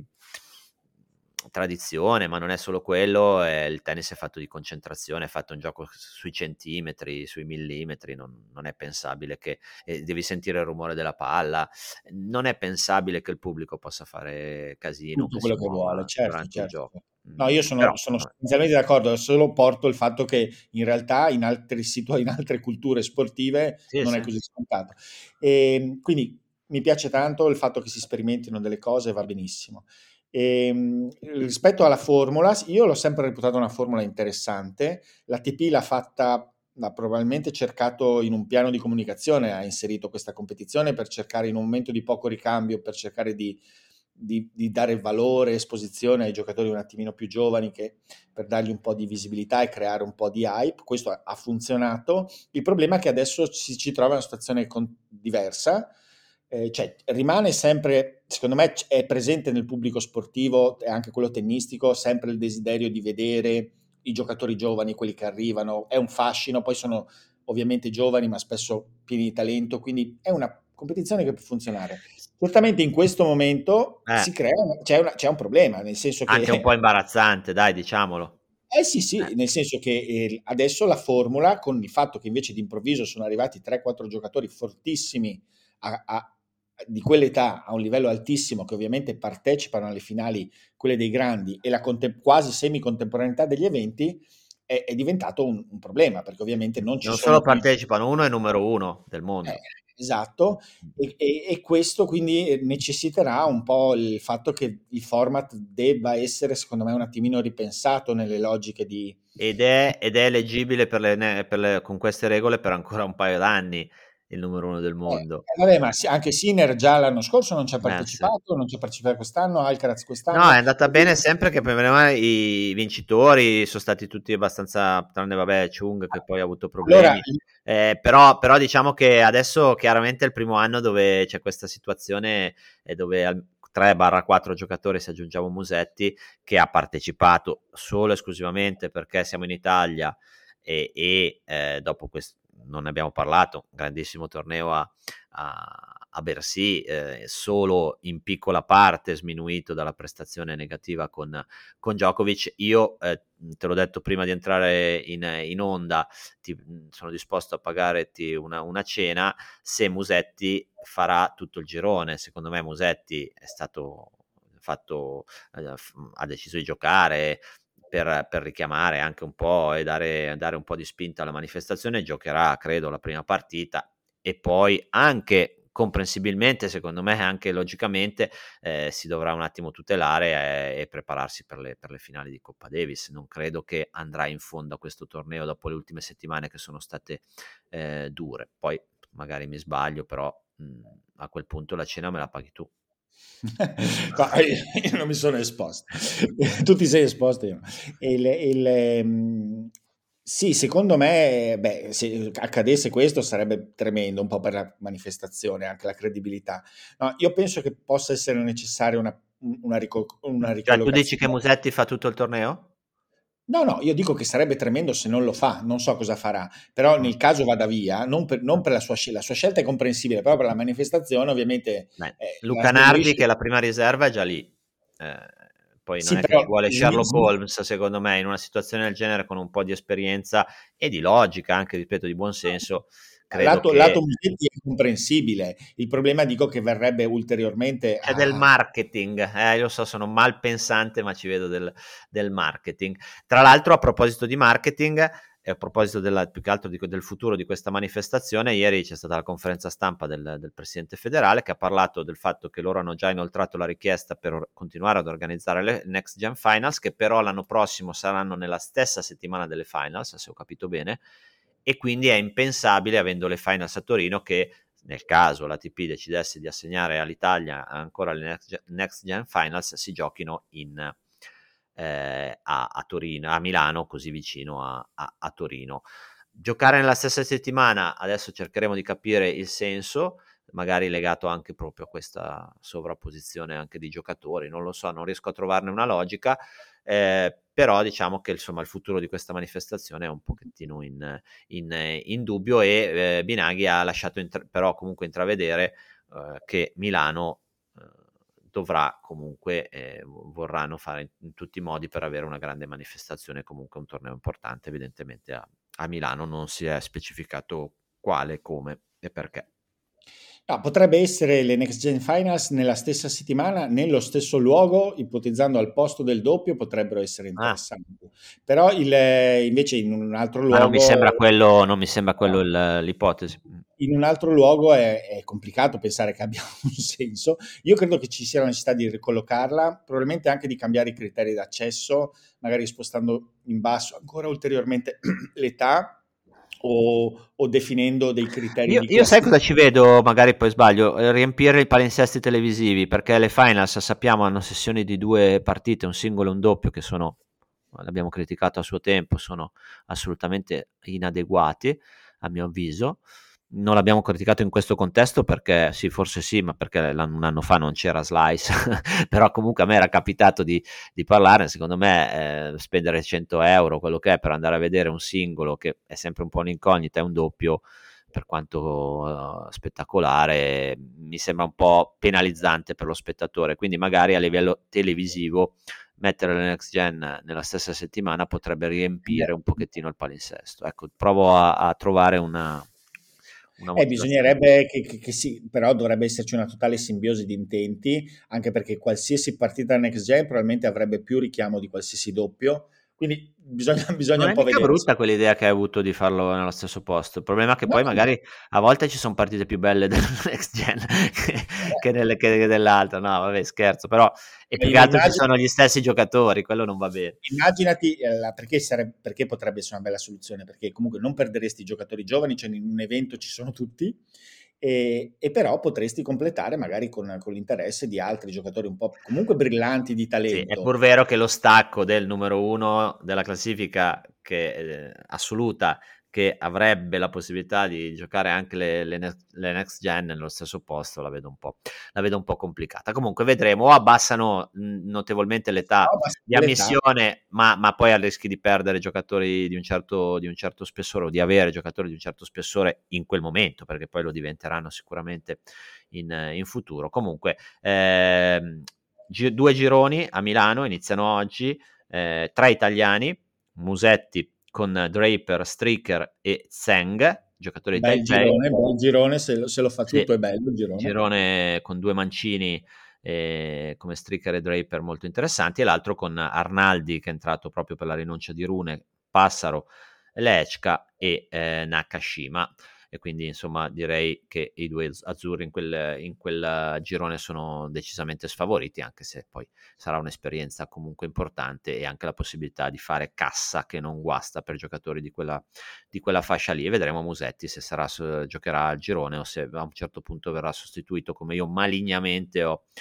tradizione, ma non è solo quello, il tennis è fatto di concentrazione, è fatto un gioco sui centimetri, sui millimetri, non è pensabile che devi sentire il rumore della palla, non è pensabile che il pubblico possa fare casino, tutto che si quello che vuole, muova certo, durante il certo. gioco. No, io Però, sono sostanzialmente d'accordo, solo porto il fatto che in realtà in altre culture sportive sì, non è sì. così scontato. E quindi mi piace tanto il fatto che si sperimentino delle cose, va benissimo. Rispetto alla formula, io l'ho sempre reputata una formula interessante. L'ATP l'ha fatta, l'ha probabilmente cercato in un piano di comunicazione, ha inserito questa competizione per cercare in un momento di poco ricambio, per cercare di dare valore, esposizione ai giocatori un attimino più giovani, per dargli un po' di visibilità e creare un po' di hype. Questo ha funzionato. Il problema è che adesso ci trova in una situazione diversa, cioè rimane sempre, secondo me è presente nel pubblico sportivo e anche quello tennistico, sempre il desiderio di vedere i giocatori giovani, quelli che arrivano, è un fascino, poi sono ovviamente giovani ma spesso pieni di talento, quindi è una competizione che può funzionare. Certamente in questo momento c'è un problema, nel senso Anche un po' che imbarazzante, dai, diciamolo. sì, sì, nel senso che adesso la formula, con il fatto che invece d'improvviso sono arrivati 3-4 giocatori fortissimi di quell'età a un livello altissimo, che ovviamente partecipano alle finali, quelle dei grandi, e la quasi semi-contemporaneità degli eventi, è diventato un problema, perché ovviamente non ci Non sono solo più... partecipano, uno è numero 1 del Eh, mondo. esatto, e questo quindi necessiterà un po' il fatto che il format debba essere, secondo me, un attimino ripensato nelle logiche di... Ed è eleggibile con queste regole per ancora un paio d'anni, il numero 1 del mondo. Vabbè, ma anche Sinner già l'anno scorso non ci ha Sì. partecipato, non ci ha partecipato quest'anno, Alcaraz No, è quest'anno. andata bene sempre che per me i vincitori sono stati tutti abbastanza, tranne vabbè Chung che poi ha avuto Allora, problemi, però diciamo che adesso chiaramente è il primo anno dove c'è questa situazione dove 3-4 giocatori, se aggiungiamo Musetti, che ha partecipato solo e esclusivamente perché siamo in Italia e dopo questo non ne abbiamo parlato, un grandissimo torneo a Bercy, solo in piccola parte sminuito dalla prestazione negativa con Djokovic. Io te l'ho detto prima di entrare in onda, sono disposto a pagarti una cena se Musetti farà tutto il girone. Secondo me Musetti è stato fatto, ha deciso di giocare per richiamare anche un po' e dare un po' di spinta alla manifestazione. Giocherà, credo, la prima partita e poi anche comprensibilmente, secondo me anche logicamente, si dovrà un attimo tutelare e prepararsi per le finali di Coppa Davis. Non credo che andrà in fondo a questo torneo dopo le ultime settimane che sono state dure. Poi magari mi sbaglio, però a quel punto la cena me la paghi tu. Ma io non mi sono esposto, tu ti sei esposto, io no. Sì, secondo me, se accadesse questo sarebbe tremendo un po' per la manifestazione, anche la credibilità. No, io penso che possa essere necessaria una Cioè tu dici che ricollocazione. Musetti fa tutto il torneo? No, io dico che sarebbe tremendo se non lo fa, non so cosa farà, però nel caso vada via, non per la sua scelta è comprensibile, però per la manifestazione ovviamente Beh, la Luca Nardi, sminuisce. che è la prima riserva, è già lì. Poi non Sì, è che ci però vuole Sherlock Holmes, secondo me, in una situazione del genere, con un po' di esperienza e di logica, anche, ripeto, di buon senso, credo lato che Musetti è comprensibile, il problema dico che verrebbe ulteriormente c'è del marketing. Io so, sono malpensante, ma ci vedo del marketing. Tra l'altro, a proposito di marketing, e a proposito più che altro del futuro di questa manifestazione, ieri c'è stata la conferenza stampa del presidente federale, che ha parlato del fatto che loro hanno già inoltrato la richiesta per continuare ad organizzare le Next Gen Finals, che però l'anno prossimo saranno nella stessa settimana delle Finals, se ho capito bene, e quindi è impensabile, avendo le Finals a Torino, che nel caso l'ATP decidesse di assegnare all'Italia ancora le Next Gen Finals, si giochino a Torino, a Milano, così vicino a Torino. Giocare nella stessa settimana, adesso cercheremo di capire il senso, magari legato anche proprio a questa sovrapposizione anche di giocatori, non lo so, non riesco a trovarne una logica, però diciamo che insomma il futuro di questa manifestazione è un pochettino in dubbio, e Binaghi ha lasciato però comunque intravedere che Milano dovrà comunque, vorranno fare in tutti i modi per avere una grande manifestazione, comunque un torneo importante. Evidentemente a Milano non si è specificato quale, come e perché. No, potrebbe essere le Next Gen Finals nella stessa settimana, nello stesso luogo, ipotizzando al posto del doppio, potrebbero essere interessanti. Però invece in un altro Ma non mi sembra luogo, quello, non mi sembra quello l'ipotesi. in un altro luogo è complicato pensare che abbia un senso. Io credo che ci sia la necessità di ricollocarla, probabilmente anche di cambiare i criteri d'accesso, magari spostando in basso ancora ulteriormente l'età o definendo dei criteri di Io sai cosa ci classifica. vedo, magari poi sbaglio, riempire i palinsesti televisivi, perché le finals, sappiamo, hanno sessioni di 2 partite, un singolo e un doppio, che sono, l'abbiamo criticato a suo tempo, sono assolutamente inadeguati, a mio avviso. Non l'abbiamo criticato in questo contesto perché sì, forse sì, ma perché un anno fa non c'era Slice, però comunque a me era capitato di parlare. Secondo me spendere 100 euro, quello che è, per andare a vedere un singolo, che è sempre un po' un'incognita, e un doppio, per quanto spettacolare, mi sembra un po' penalizzante per lo spettatore. Quindi magari a livello televisivo mettere le Next Gen nella stessa settimana potrebbe riempire un pochettino il palinsesto. Ecco, provo a trovare una motivazione. Bisognerebbe che sì, però dovrebbe esserci una totale simbiosi di intenti, anche perché qualsiasi partita next gen probabilmente avrebbe più richiamo di qualsiasi doppio, quindi bisogna Non un è po' mica vedere. brutta quell'idea che hai avuto di farlo nello stesso posto. Il problema è che No, poi no, no. magari a volte ci sono partite più belle del Next Gen che dell'altro. No, vabbè, scherzo, però e più che altro ci sono gli stessi giocatori, quello non va bene. Immaginati perché potrebbe essere una bella soluzione, perché comunque non perderesti i giocatori giovani, cioè in un evento ci sono tutti, e però potresti completare magari con l'interesse di altri giocatori un po' comunque brillanti di Sì, è talento. pur vero che lo stacco del numero 1 della classifica, che assoluta, che avrebbe la possibilità di giocare anche le next gen nello stesso posto, la vedo un po' complicata. Comunque vedremo, o abbassano notevolmente l'età di ammissione, ma poi a rischi di perdere giocatori di un certo spessore, o di avere giocatori di un certo spessore in quel momento, perché poi lo diventeranno sicuramente in futuro. Comunque 2 gironi a Milano iniziano oggi, 3 italiani, Musetti con Draper, Stricker e Zheng, giocatori di Taipei. Bel girone, se lo fa Sì, tutto è bello il girone. girone con 2 mancini come Stricker e Draper molto interessanti, e l'altro con Arnaldi, che è entrato proprio per la rinuncia di Rune, Passaro, Lechka e Nakashima. E quindi insomma direi che i due azzurri in quel girone sono decisamente sfavoriti, anche se poi sarà un'esperienza comunque importante, e anche la possibilità di fare cassa che non guasta per giocatori di quella fascia lì. E vedremo Musetti se giocherà al girone, o se a un certo punto verrà sostituito, come io malignamente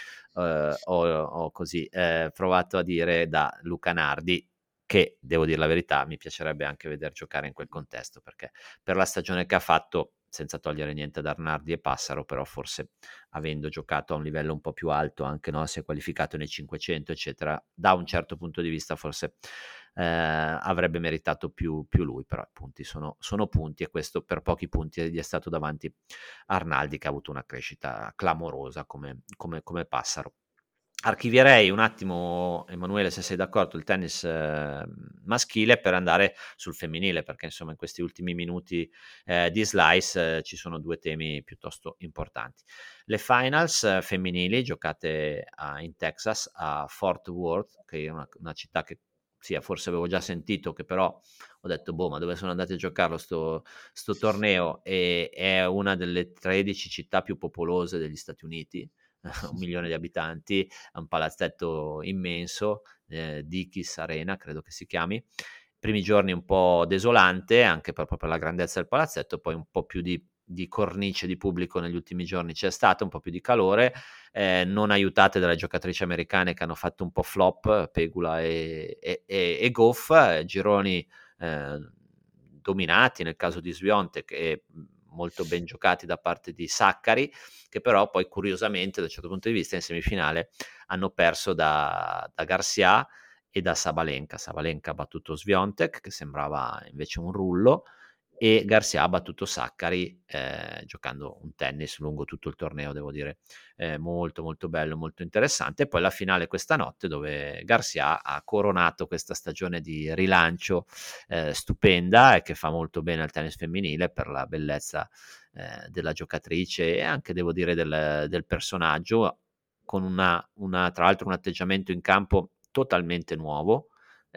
ho così provato a dire, da Luca Nardi, che devo dire la verità mi piacerebbe anche veder giocare in quel contesto, perché per la stagione che ha fatto, senza togliere niente ad Arnardi e Passaro, però forse avendo giocato a un livello un po' più alto, anche no, si è qualificato nei 500 eccetera, da un certo punto di vista forse avrebbe meritato più lui, però i punti sono punti, e questo per pochi punti gli è stato davanti Arnaldi, che ha avuto una crescita clamorosa come Passaro. Archivierei un attimo, Emanuele, se sei d'accordo, il tennis maschile, per andare sul femminile, perché insomma in questi ultimi minuti di Slice ci sono 2 temi piuttosto importanti. Le finals femminili giocate in Texas, a Fort Worth, che è una città che sì, forse avevo già sentito, che però ho detto, boh, ma dove sono andati a giocarlo sto torneo? E è una delle 13 città più popolose degli Stati Uniti, 1 milione di abitanti, è un palazzetto immenso, Dickies Arena credo che si chiami. Primi giorni un po' desolante, anche proprio per la grandezza del palazzetto, poi un po' più di cornice di pubblico negli ultimi giorni c'è stato, un po' più di calore, non aiutate dalle giocatrici americane che hanno fatto un po' flop, Pegula e Goff, gironi dominati nel caso di Swiatek, e molto ben giocati da parte di Saccari, che però poi curiosamente da un certo punto di vista in semifinale hanno perso da Garcia e da Sabalenka. Sabalenka ha battuto Swiatek, che sembrava invece un rullo, e Garcia ha battuto Saccari, giocando un tennis lungo tutto il torneo, devo dire, molto molto bello, molto interessante. E poi la finale questa notte, dove Garcia ha coronato questa stagione di rilancio stupenda, e che fa molto bene al tennis femminile per la bellezza della giocatrice, e anche devo dire del personaggio, con tra l'altro un atteggiamento in campo totalmente nuovo,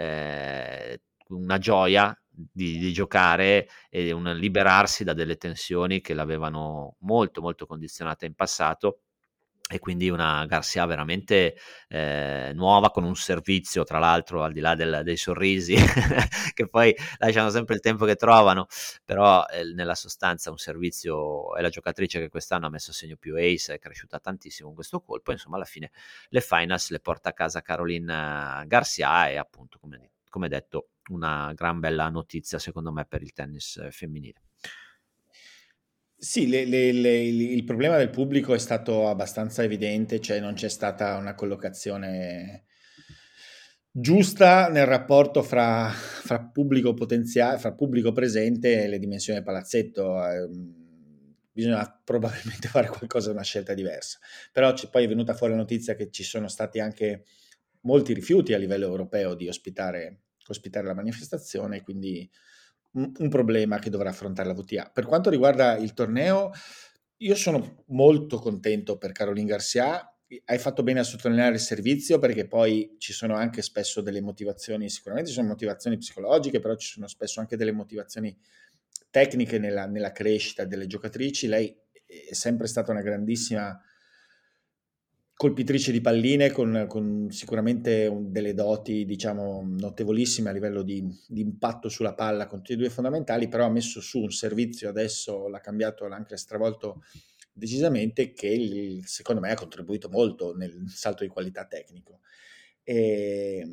una gioia di giocare, e un liberarsi da delle tensioni che l'avevano molto molto condizionata in passato. E quindi una Garcia veramente nuova, con un servizio, tra l'altro, al di là dei sorrisi che poi lasciano sempre il tempo che trovano, però nella sostanza un servizio, è la giocatrice che quest'anno ha messo a segno più ace, è cresciuta tantissimo con questo colpo. Insomma, alla fine le finals le porta a casa Caroline Garcia, e appunto, come detto, una gran bella notizia secondo me per il tennis femminile. Sì, il problema del pubblico è stato abbastanza evidente, cioè non c'è stata una collocazione giusta nel rapporto fra pubblico potenziale, fra pubblico presente e le dimensioni del palazzetto. Bisogna probabilmente fare qualcosa, una scelta diversa. Però poi è venuta fuori la notizia che ci sono stati anche molti rifiuti a livello europeo di ospitare la manifestazione, quindi un problema che dovrà affrontare la VTA. Per quanto riguarda il torneo, io sono molto contento per Caroline Garcia. Hai fatto bene a sottolineare il servizio, perché poi ci sono anche spesso delle motivazioni, sicuramente ci sono motivazioni psicologiche, però ci sono spesso anche delle motivazioni tecniche nella crescita delle giocatrici. Lei è sempre stata una grandissima colpitrice di palline, con sicuramente delle doti, diciamo, notevolissime a livello di impatto sulla palla con tutti e due fondamentali, però ha messo su un servizio, adesso l'ha cambiato, l'ha anche stravolto decisamente, che secondo me ha contribuito molto nel salto di qualità tecnico.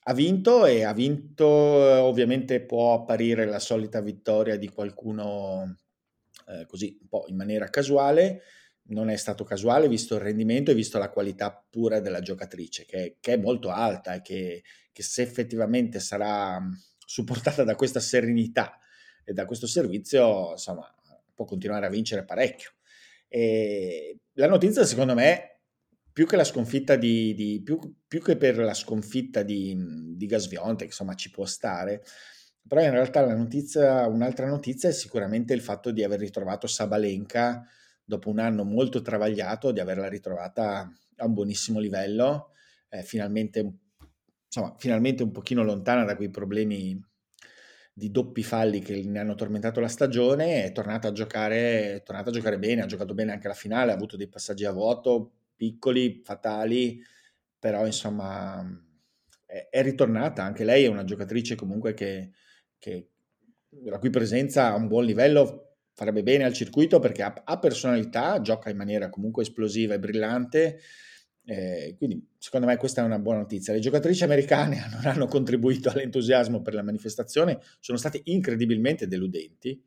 ha vinto ovviamente può apparire la solita vittoria di qualcuno così un po' in maniera casuale, non è stato casuale visto il rendimento e visto la qualità pura della giocatrice che è molto alta e che se effettivamente sarà supportata da questa serenità e da questo servizio, insomma, può continuare a vincere parecchio. E la notizia secondo me più che la sconfitta più che per la sconfitta di Gasvionte, che insomma ci può stare, però in realtà un'altra notizia è sicuramente il fatto di aver ritrovato Sabalenka dopo un anno molto travagliato, di averla ritrovata a un buonissimo livello, finalmente un pochino lontana da quei problemi di doppi falli che ne hanno tormentato la stagione, è tornata a giocare bene, ha giocato bene anche la finale, ha avuto dei passaggi a vuoto piccoli, fatali, però insomma è ritornata, anche lei è una giocatrice comunque la cui presenza a un buon livello farebbe bene al circuito perché ha personalità, gioca in maniera comunque esplosiva e brillante, quindi secondo me questa è una buona notizia. Le giocatrici americane non hanno contribuito all'entusiasmo per la manifestazione, sono state incredibilmente deludenti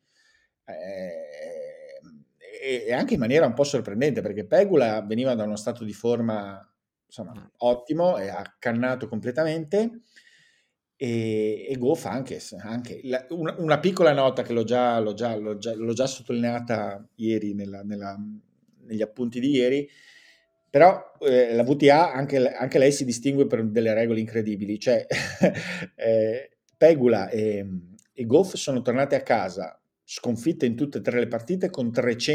e anche in maniera un po' sorprendente perché Pegula veniva da uno stato di forma insomma ottimo e ha cannato completamente e Goff anche una piccola nota che l'ho già sottolineata ieri negli appunti di ieri, però la VTA anche lei si distingue per delle regole incredibili, cioè Pegula e Goff sono tornate a casa sconfitte in tutte e tre le partite con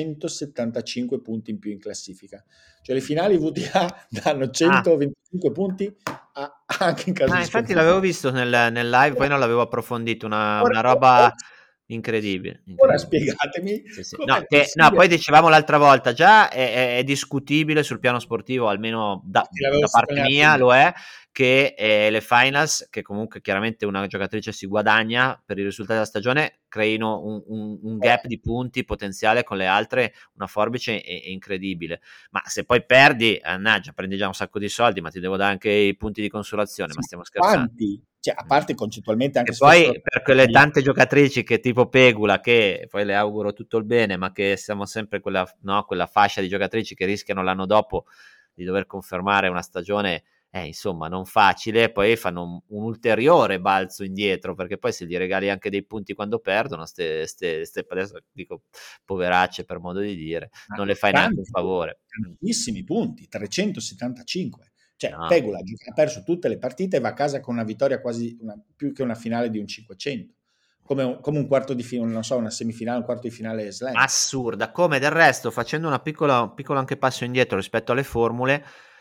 375 punti in più in classifica, cioè le finali VTA danno 125 punti anche in caso di infatti sconfitta. l'avevo visto nel live, poi non l'avevo approfondito, una roba incredibile. Ora spiegatemi com'è No, possibile. poi dicevamo l'altra volta, già è discutibile sul piano sportivo, almeno da parte mia lo è, che le finals, che comunque chiaramente una giocatrice si guadagna per i risultati della stagione, creino un gap di punti potenziale con le altre, una forbice incredibile. Ma se poi perdi, annaggia, prendi già un sacco di soldi, ma ti devo dare anche i punti di consolazione, ma stiamo scherzando. Quanti? Cioè, a parte concettualmente anche e poi per quelle tante giocatrici che tipo Pegula, che poi le auguro tutto il bene, ma che siamo sempre quella fascia di giocatrici che rischiano l'anno dopo di dover confermare una stagione insomma non facile, poi fanno un ulteriore balzo indietro, perché poi se gli regali anche dei punti quando perdono, adesso dico poveracce per modo di dire, non le fai neanche un favore. Tantissimi punti, 375. Cioè, No. Pegula ha perso tutte le partite e va a casa con una vittoria quasi più che una finale di un 500. Come un quarto di finale, non so, una semifinale, un quarto di finale slam. Assurda, come del resto, facendo un piccolo anche passo indietro rispetto alle formule,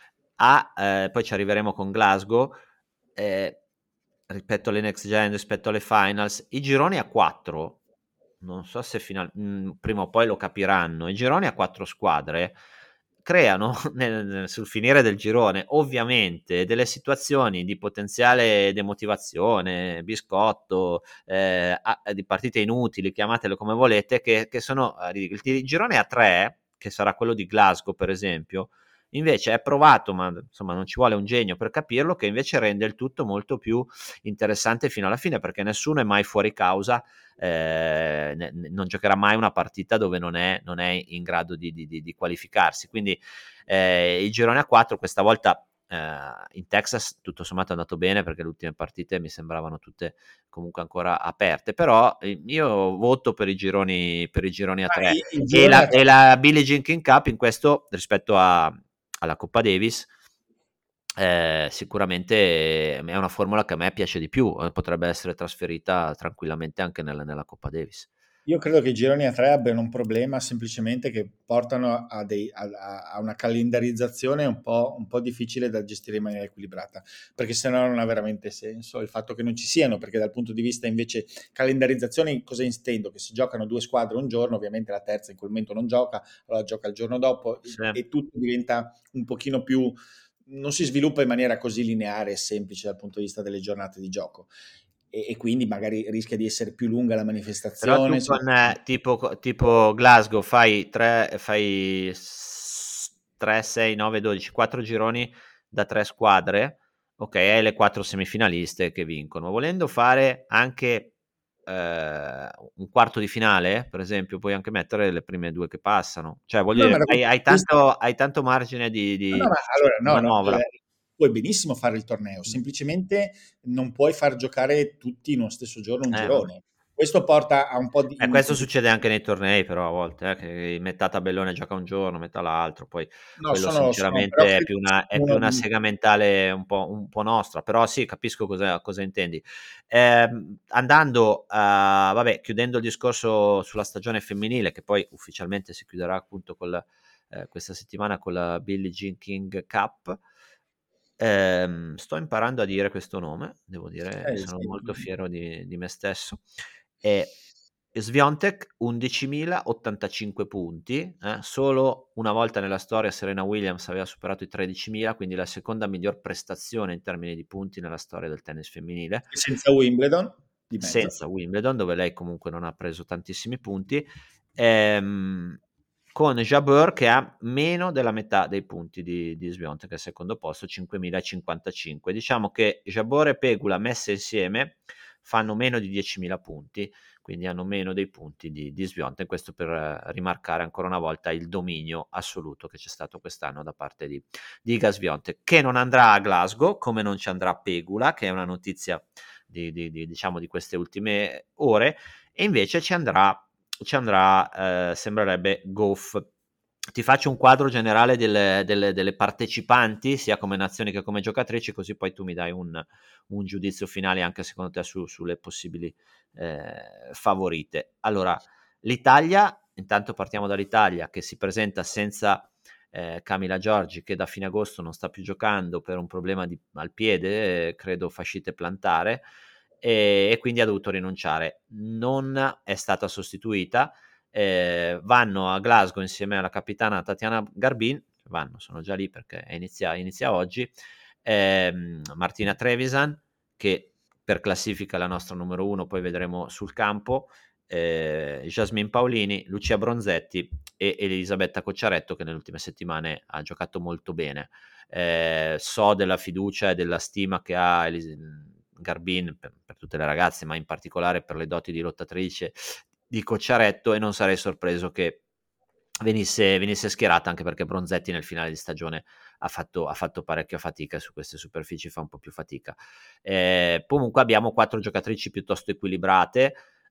poi ci arriveremo con Glasgow, rispetto alle next gen, rispetto alle finals, i gironi a 4, non so se prima o poi lo capiranno, i gironi a 4 squadre creano sul finire del girone ovviamente delle situazioni di potenziale demotivazione, biscotto, di partite inutili, chiamatele come volete, che sono ridicole. Il girone a 3, che sarà quello di Glasgow per esempio, invece è provato, ma insomma non ci vuole un genio per capirlo, che invece rende il tutto molto più interessante fino alla fine, perché nessuno è mai fuori causa, non giocherà mai una partita dove non è in grado di qualificarsi, quindi il girone a 4 questa volta in Texas tutto sommato è andato bene, perché le ultime partite mi sembravano tutte comunque ancora aperte, però io voto per i gironi a 3 e la Billie Jean King Cup in questo rispetto alla Coppa Davis sicuramente è una formula che a me piace di più, potrebbe essere trasferita tranquillamente anche nella Coppa Davis. Io credo che i gironi a 3 abbiano un problema semplicemente che portano a una calendarizzazione un po' difficile da gestire in maniera equilibrata, perché sennò non ha veramente senso il fatto che non ci siano, perché dal punto di vista invece calendarizzazione cosa intendo? Che si giocano 2 squadre un giorno, ovviamente la terza in quel momento non gioca, allora gioca il giorno dopo e tutto diventa un pochino più, non si sviluppa in maniera così lineare e semplice dal punto di vista delle giornate di gioco. E quindi magari rischia di essere più lunga la manifestazione. Però tu con tipo Glasgow fai 3, 6, 9, 12, 4 gironi da 3 squadre, Ok, hai le 4 semifinaliste che vincono. Volendo fare anche un quarto di finale, per esempio, puoi anche mettere le prime 2 che passano. Cioè, voglio No, ma dire, da hai tanto margine no, di no, ma allora di no, no, manovra. puoi benissimo fare il torneo, semplicemente non puoi far giocare tutti in uno stesso giorno un Vabbè. girone. Questo porta a un po' di Questo succede anche nei tornei, però a volte, che metà tabellone gioca un giorno, metà l'altro, poi no, quello però sinceramente è più uno una di sega mentale un po' nostra, però sì, capisco cosa intendi. Andando a vabbè, chiudendo il discorso sulla stagione femminile, che poi ufficialmente si chiuderà appunto questa settimana con la Billie Jean King Cup. Sto imparando a dire questo nome, devo dire, sono sì. molto fiero di me stesso. E Swiatek 11.085 punti, solo una volta nella storia Serena Williams aveva superato i 13.000, quindi la seconda miglior prestazione in termini di punti nella storia del tennis femminile, Senza Wimbledon di mezzo. senza Wimbledon, dove lei comunque non ha preso tantissimi punti, ehm, con Jabeur che ha meno della metà dei punti di Swiatek, che è al secondo posto, 5.055. Diciamo che Jabeur e Pegula messe insieme fanno meno di 10.000 punti, quindi hanno meno dei punti di Swiatek, questo per rimarcare ancora una volta il dominio assoluto che c'è stato quest'anno da parte di Iga Swiatek, che non andrà a Glasgow, come non ci andrà Pegula, che è una notizia diciamo di queste ultime ore, e invece ci andrà sembrerebbe Goff. Ti faccio un quadro generale delle partecipanti, sia come nazioni che come giocatrici, così poi tu mi dai un giudizio finale anche secondo te sulle possibili favorite. Allora, l'Italia, intanto partiamo dall'Italia, che si presenta senza Camila Giorgi, che da fine agosto non sta più giocando per un problema al piede, credo fascite plantare, e quindi ha dovuto rinunciare. Non è stata sostituita. Vanno a Glasgow insieme alla capitana Tatiana Garbin, sono già lì perché inizia oggi, Martina Trevisan, che per classifica è la nostra numero 1, poi vedremo sul campo, Jasmine Paolini, Lucia Bronzetti e Elisabetta Cocciaretto, che nelle ultime settimane ha giocato molto bene. So della fiducia e della stima che ha Garbin per tutte le ragazze, ma in particolare per le doti di lottatrice di Cocciaretto, e non sarei sorpreso che venisse schierata, anche perché Bronzetti nel finale di stagione ha fatto parecchia fatica, su queste superfici fa un po' più fatica. Comunque abbiamo 4 giocatrici piuttosto equilibrate,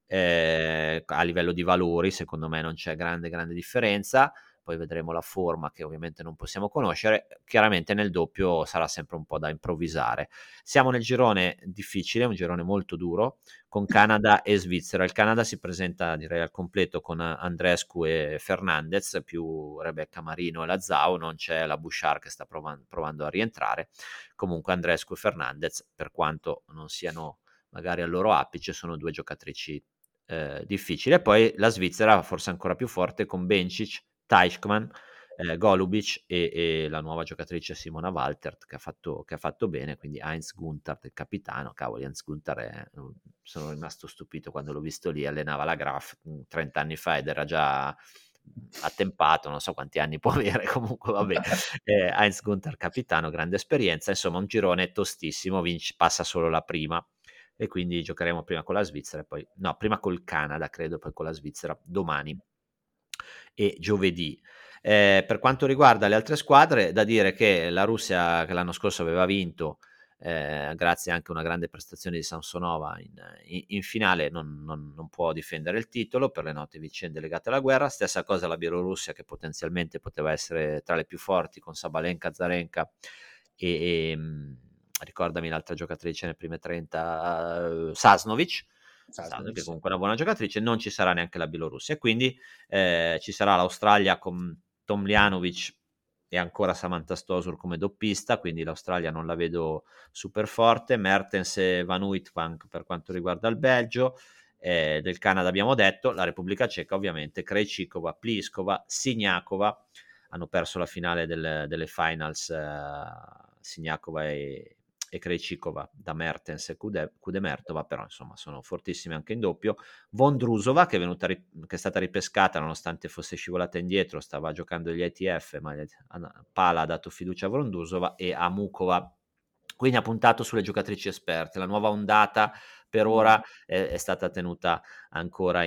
a livello di valori secondo me non c'è grande differenza, poi vedremo la forma che ovviamente non possiamo conoscere, chiaramente nel doppio sarà sempre un po' da improvvisare. Siamo nel girone difficile, un girone molto duro, con Canada e Svizzera. Il Canada si presenta direi al completo con Andreescu e Fernandez, più Rebecca Marino e Lazzao, non c'è la Bouchard che sta provando a rientrare. Comunque Andreescu e Fernandez, per quanto non siano magari al loro apice, sono 2 giocatrici difficili. E poi la Svizzera forse ancora più forte con Bencic, Teichmann, Golubic e la nuova giocatrice Simona Waltert che ha fatto bene, quindi Heinz Gunther, il capitano. Cavoli, Heinz Gunther sono rimasto stupito quando l'ho visto lì, allenava la Graf 30 anni fa ed era già attempato, non so quanti anni può avere, comunque vabbè. Heinz Gunther capitano, grande esperienza, insomma un girone tostissimo, passa solo la prima, e quindi giocheremo prima con la Svizzera e poi no, prima col Canada credo, poi con la Svizzera domani e giovedì. Per quanto riguarda le altre squadre, da dire che la Russia, che l'anno scorso aveva vinto, grazie anche a una grande prestazione di Samsonova in finale, non può difendere il titolo per le note vicende legate alla guerra. Stessa cosa la Bielorussia, che potenzialmente poteva essere tra le più forti con Sabalenka, Zarenka e ricordami l'altra giocatrice nelle prime 30, Sasnovic, che Sasnovic. comunque è una buona giocatrice. Non ci sarà neanche la Bielorussia, e quindi ci sarà l'Australia con Tomljanovic e ancora Samantha Stosur come doppista, quindi l'Australia non la vedo super forte. Mertens e Van Uitvank per quanto riguarda il Belgio. Del Canada abbiamo detto, la Repubblica Ceca ovviamente, Krejcikova, Pliskova, Siniakova hanno perso la finale delle finals, Siniakova e Krejcikova da Mertens e Kudemertova, però insomma sono fortissime anche in doppio. Vondrusova, che è stata ripescata nonostante fosse scivolata indietro, stava giocando gli ITF, ma Pala ha dato fiducia a Vondrusova, e Amukova, quindi ha puntato sulle giocatrici esperte. La nuova ondata per ora è stata tenuta ancora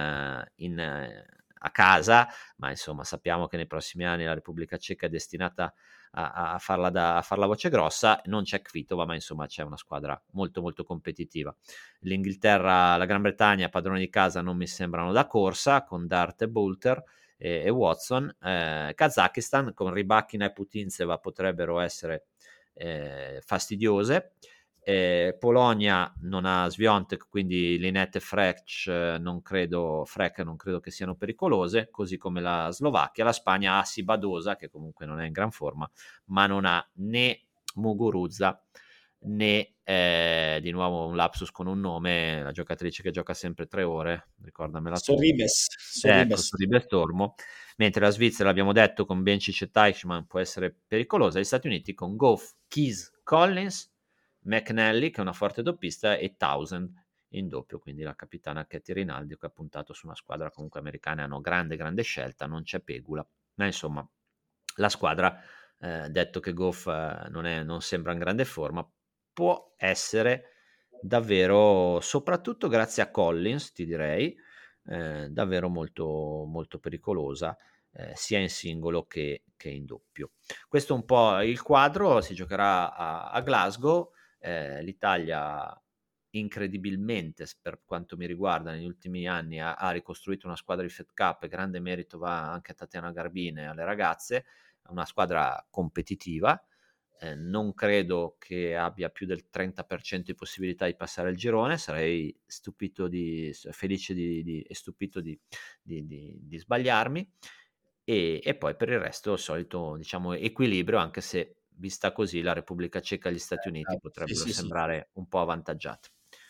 a casa, ma insomma sappiamo che nei prossimi anni la Repubblica Ceca è destinata a farla voce grossa. Non c'è Kvitova, ma insomma c'è una squadra molto molto competitiva. L'Inghilterra, la Gran Bretagna, padroni di casa, non mi sembrano da corsa, con Dart e Boulter e Watson. Kazakistan con Rybakina e Putintseva potrebbero essere fastidiose. Polonia non ha Swiatek, quindi Linette e Frech non credo che siano pericolose, così come la Slovacchia. La Spagna ha Sibadosa, che comunque non è in gran forma, ma non ha né Muguruza né di nuovo un lapsus con un nome, la giocatrice che gioca sempre 3 ore, ricordamela tu. Ecco, Sorribes Tormo. Mentre la Svizzera, l'abbiamo detto, con Bencic e Teichmann può essere pericolosa. Gli Stati Uniti con Goff, Keys, Collins, McNally, che è una forte doppista, e Townsend in doppio, quindi la capitana Katie Rinaldi, che ha puntato su una squadra comunque americana. Hanno grande scelta, non c'è Pegula, ma insomma la squadra, detto che Goff non sembra in grande forma, può essere davvero, soprattutto grazie a Collins, ti direi, davvero molto, molto pericolosa, sia in singolo che in doppio. Questo è un po' il quadro. Si giocherà a Glasgow. L'Italia incredibilmente, per quanto mi riguarda, negli ultimi anni ha ricostruito una squadra di Fed Cup, e grande merito va anche a Tatiana Garbine e alle ragazze. Una squadra competitiva. Non credo che abbia più del 30% di possibilità di passare il girone. Sarei felice e stupito di sbagliarmi. E poi per il resto il solito, diciamo, equilibrio, anche se vista così la Repubblica Ceca e gli Stati Uniti Sì, potrebbero sì, sì. sembrare un po' avvantaggiati.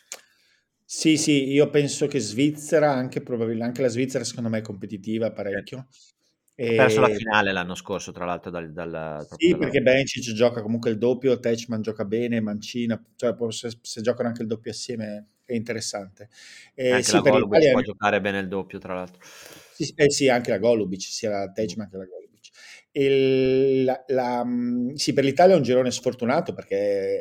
Sì, sì, io penso che Svizzera, anche probabilmente anche la Svizzera secondo me è competitiva parecchio. Ha perso la E finale l'anno scorso, tra l'altro, proprio sì, perché Bencic gioca comunque il doppio, Teichmann gioca bene, Mancina, cioè se giocano anche il doppio assieme è interessante. anche Sì, la per Golubic l'Italia può giocare bene il doppio, tra l'altro. sì, sì, anche la Golubic, sia la Teichmann che la Golubic. Sì, per l'Italia è un girone sfortunato perché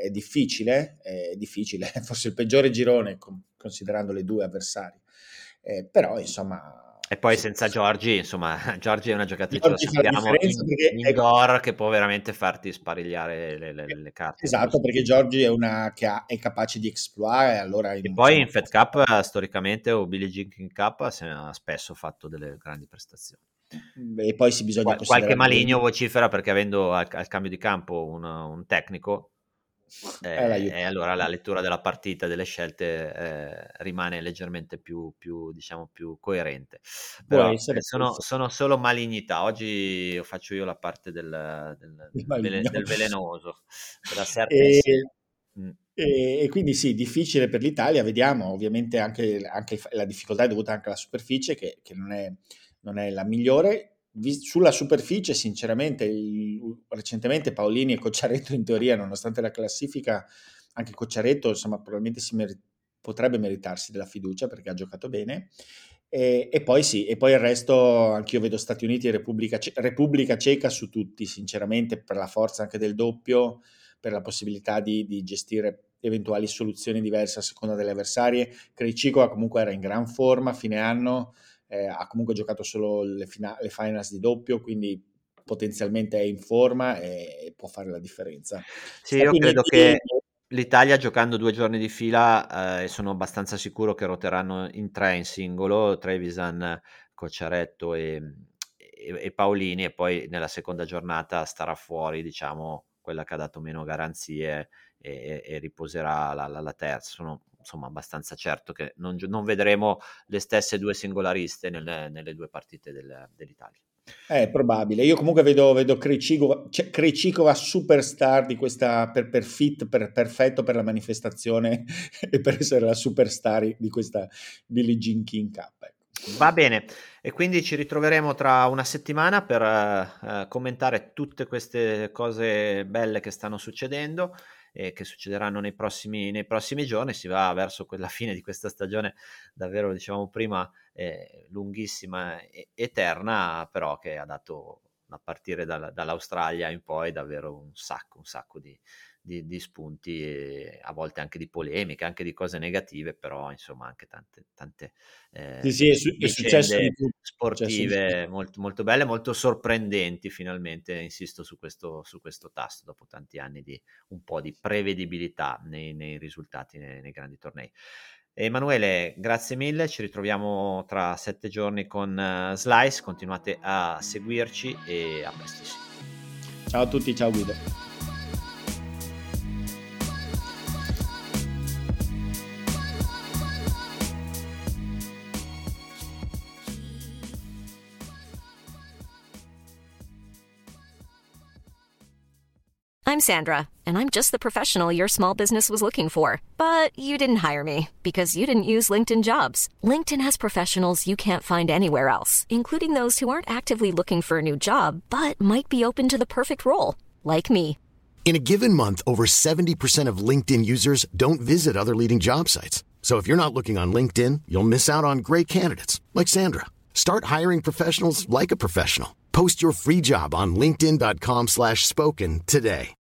è difficile, forse il peggiore girone considerando le due avversarie. Però insomma, E poi senza Giorgi, insomma, Giorgi è una giocatrice, lo Giorgi fa la sappiamo, differenza perché indoor, che può veramente farti sparigliare le carte in esatto, questo. perché Giorgi è una è capace di exploit, e allora E poi insomma in Fed Cup, storicamente, o Billie Jean King Cup, ha spesso fatto delle grandi prestazioni. e poi si bisogna Qualche considerare maligno vocifera perché, avendo al cambio di campo un tecnico, l'aiuto. e allora la lettura della partita, delle scelte, rimane leggermente diciamo, più coerente. Può Però essere, sono solo malignità. Oggi faccio io la parte il maligno. del velenoso, della serpe. E, Mm. e quindi sì, difficile per l'Italia, vediamo, ovviamente anche la difficoltà è dovuta anche alla superficie che non è la migliore. Sulla superficie, sinceramente, recentemente Paolini e Cocciaretto, in teoria, nonostante la classifica, anche Cocciaretto, insomma, probabilmente potrebbe meritarsi della fiducia perché ha giocato bene. E poi sì, e poi il resto, anch'io vedo Stati Uniti e Repubblica Ceca su tutti, sinceramente, per la forza anche del doppio, per la possibilità di gestire eventuali soluzioni diverse a seconda delle avversarie. Krejcikova comunque era in gran forma a fine anno, ha comunque giocato solo le finals di doppio, quindi potenzialmente è in forma e può fare la differenza. Sì, io Stati credo Uniti, che l'Italia, giocando 2 giorni di fila, e sono abbastanza sicuro che roteranno in 3 in singolo, Trevisan, Cocciaretto e Paolini, e poi nella seconda giornata starà fuori, diciamo, quella che ha dato meno garanzie, e riposerà la terza. Sono insomma abbastanza certo che non vedremo le stesse 2 singolariste nelle 2 partite dell'Italia. è probabile. Io comunque vedo Krejcikova superstar di questa per fit perfetto per la manifestazione e per essere la superstar di questa Billie Jean King Cup. Ecco. Va bene, e quindi ci ritroveremo tra una settimana per commentare tutte queste cose belle che stanno succedendo e che succederanno nei prossimi giorni. Si va verso quella fine di questa stagione davvero, dicevamo prima, lunghissima e eterna, però che ha dato, a partire dall'Australia in poi, davvero un sacco di spunti, e a volte anche di polemiche, anche di cose negative, però insomma anche tante Sì, è successo di vicende tutto. sportive molto, molto belle, molto sorprendenti. Finalmente insisto su questo tasto, dopo tanti anni di un po' di prevedibilità nei risultati nei grandi tornei. Emanuele, grazie mille, ci ritroviamo tra 7 giorni con Slice, continuate a seguirci e a prestissimo. Ciao a tutti, ciao Guido. I'm Sandra, and I'm just the professional your small business was looking for. But you didn't hire me because you didn't use LinkedIn Jobs. LinkedIn has professionals you can't find anywhere else, including those who aren't actively looking for a new job, but might be open to the perfect role, like me. In a given month, over 70% of LinkedIn users don't visit other leading job sites. So if you're not looking on LinkedIn, you'll miss out on great candidates like Sandra. Start hiring professionals like a professional. Post your free job on linkedin.com/spoken today.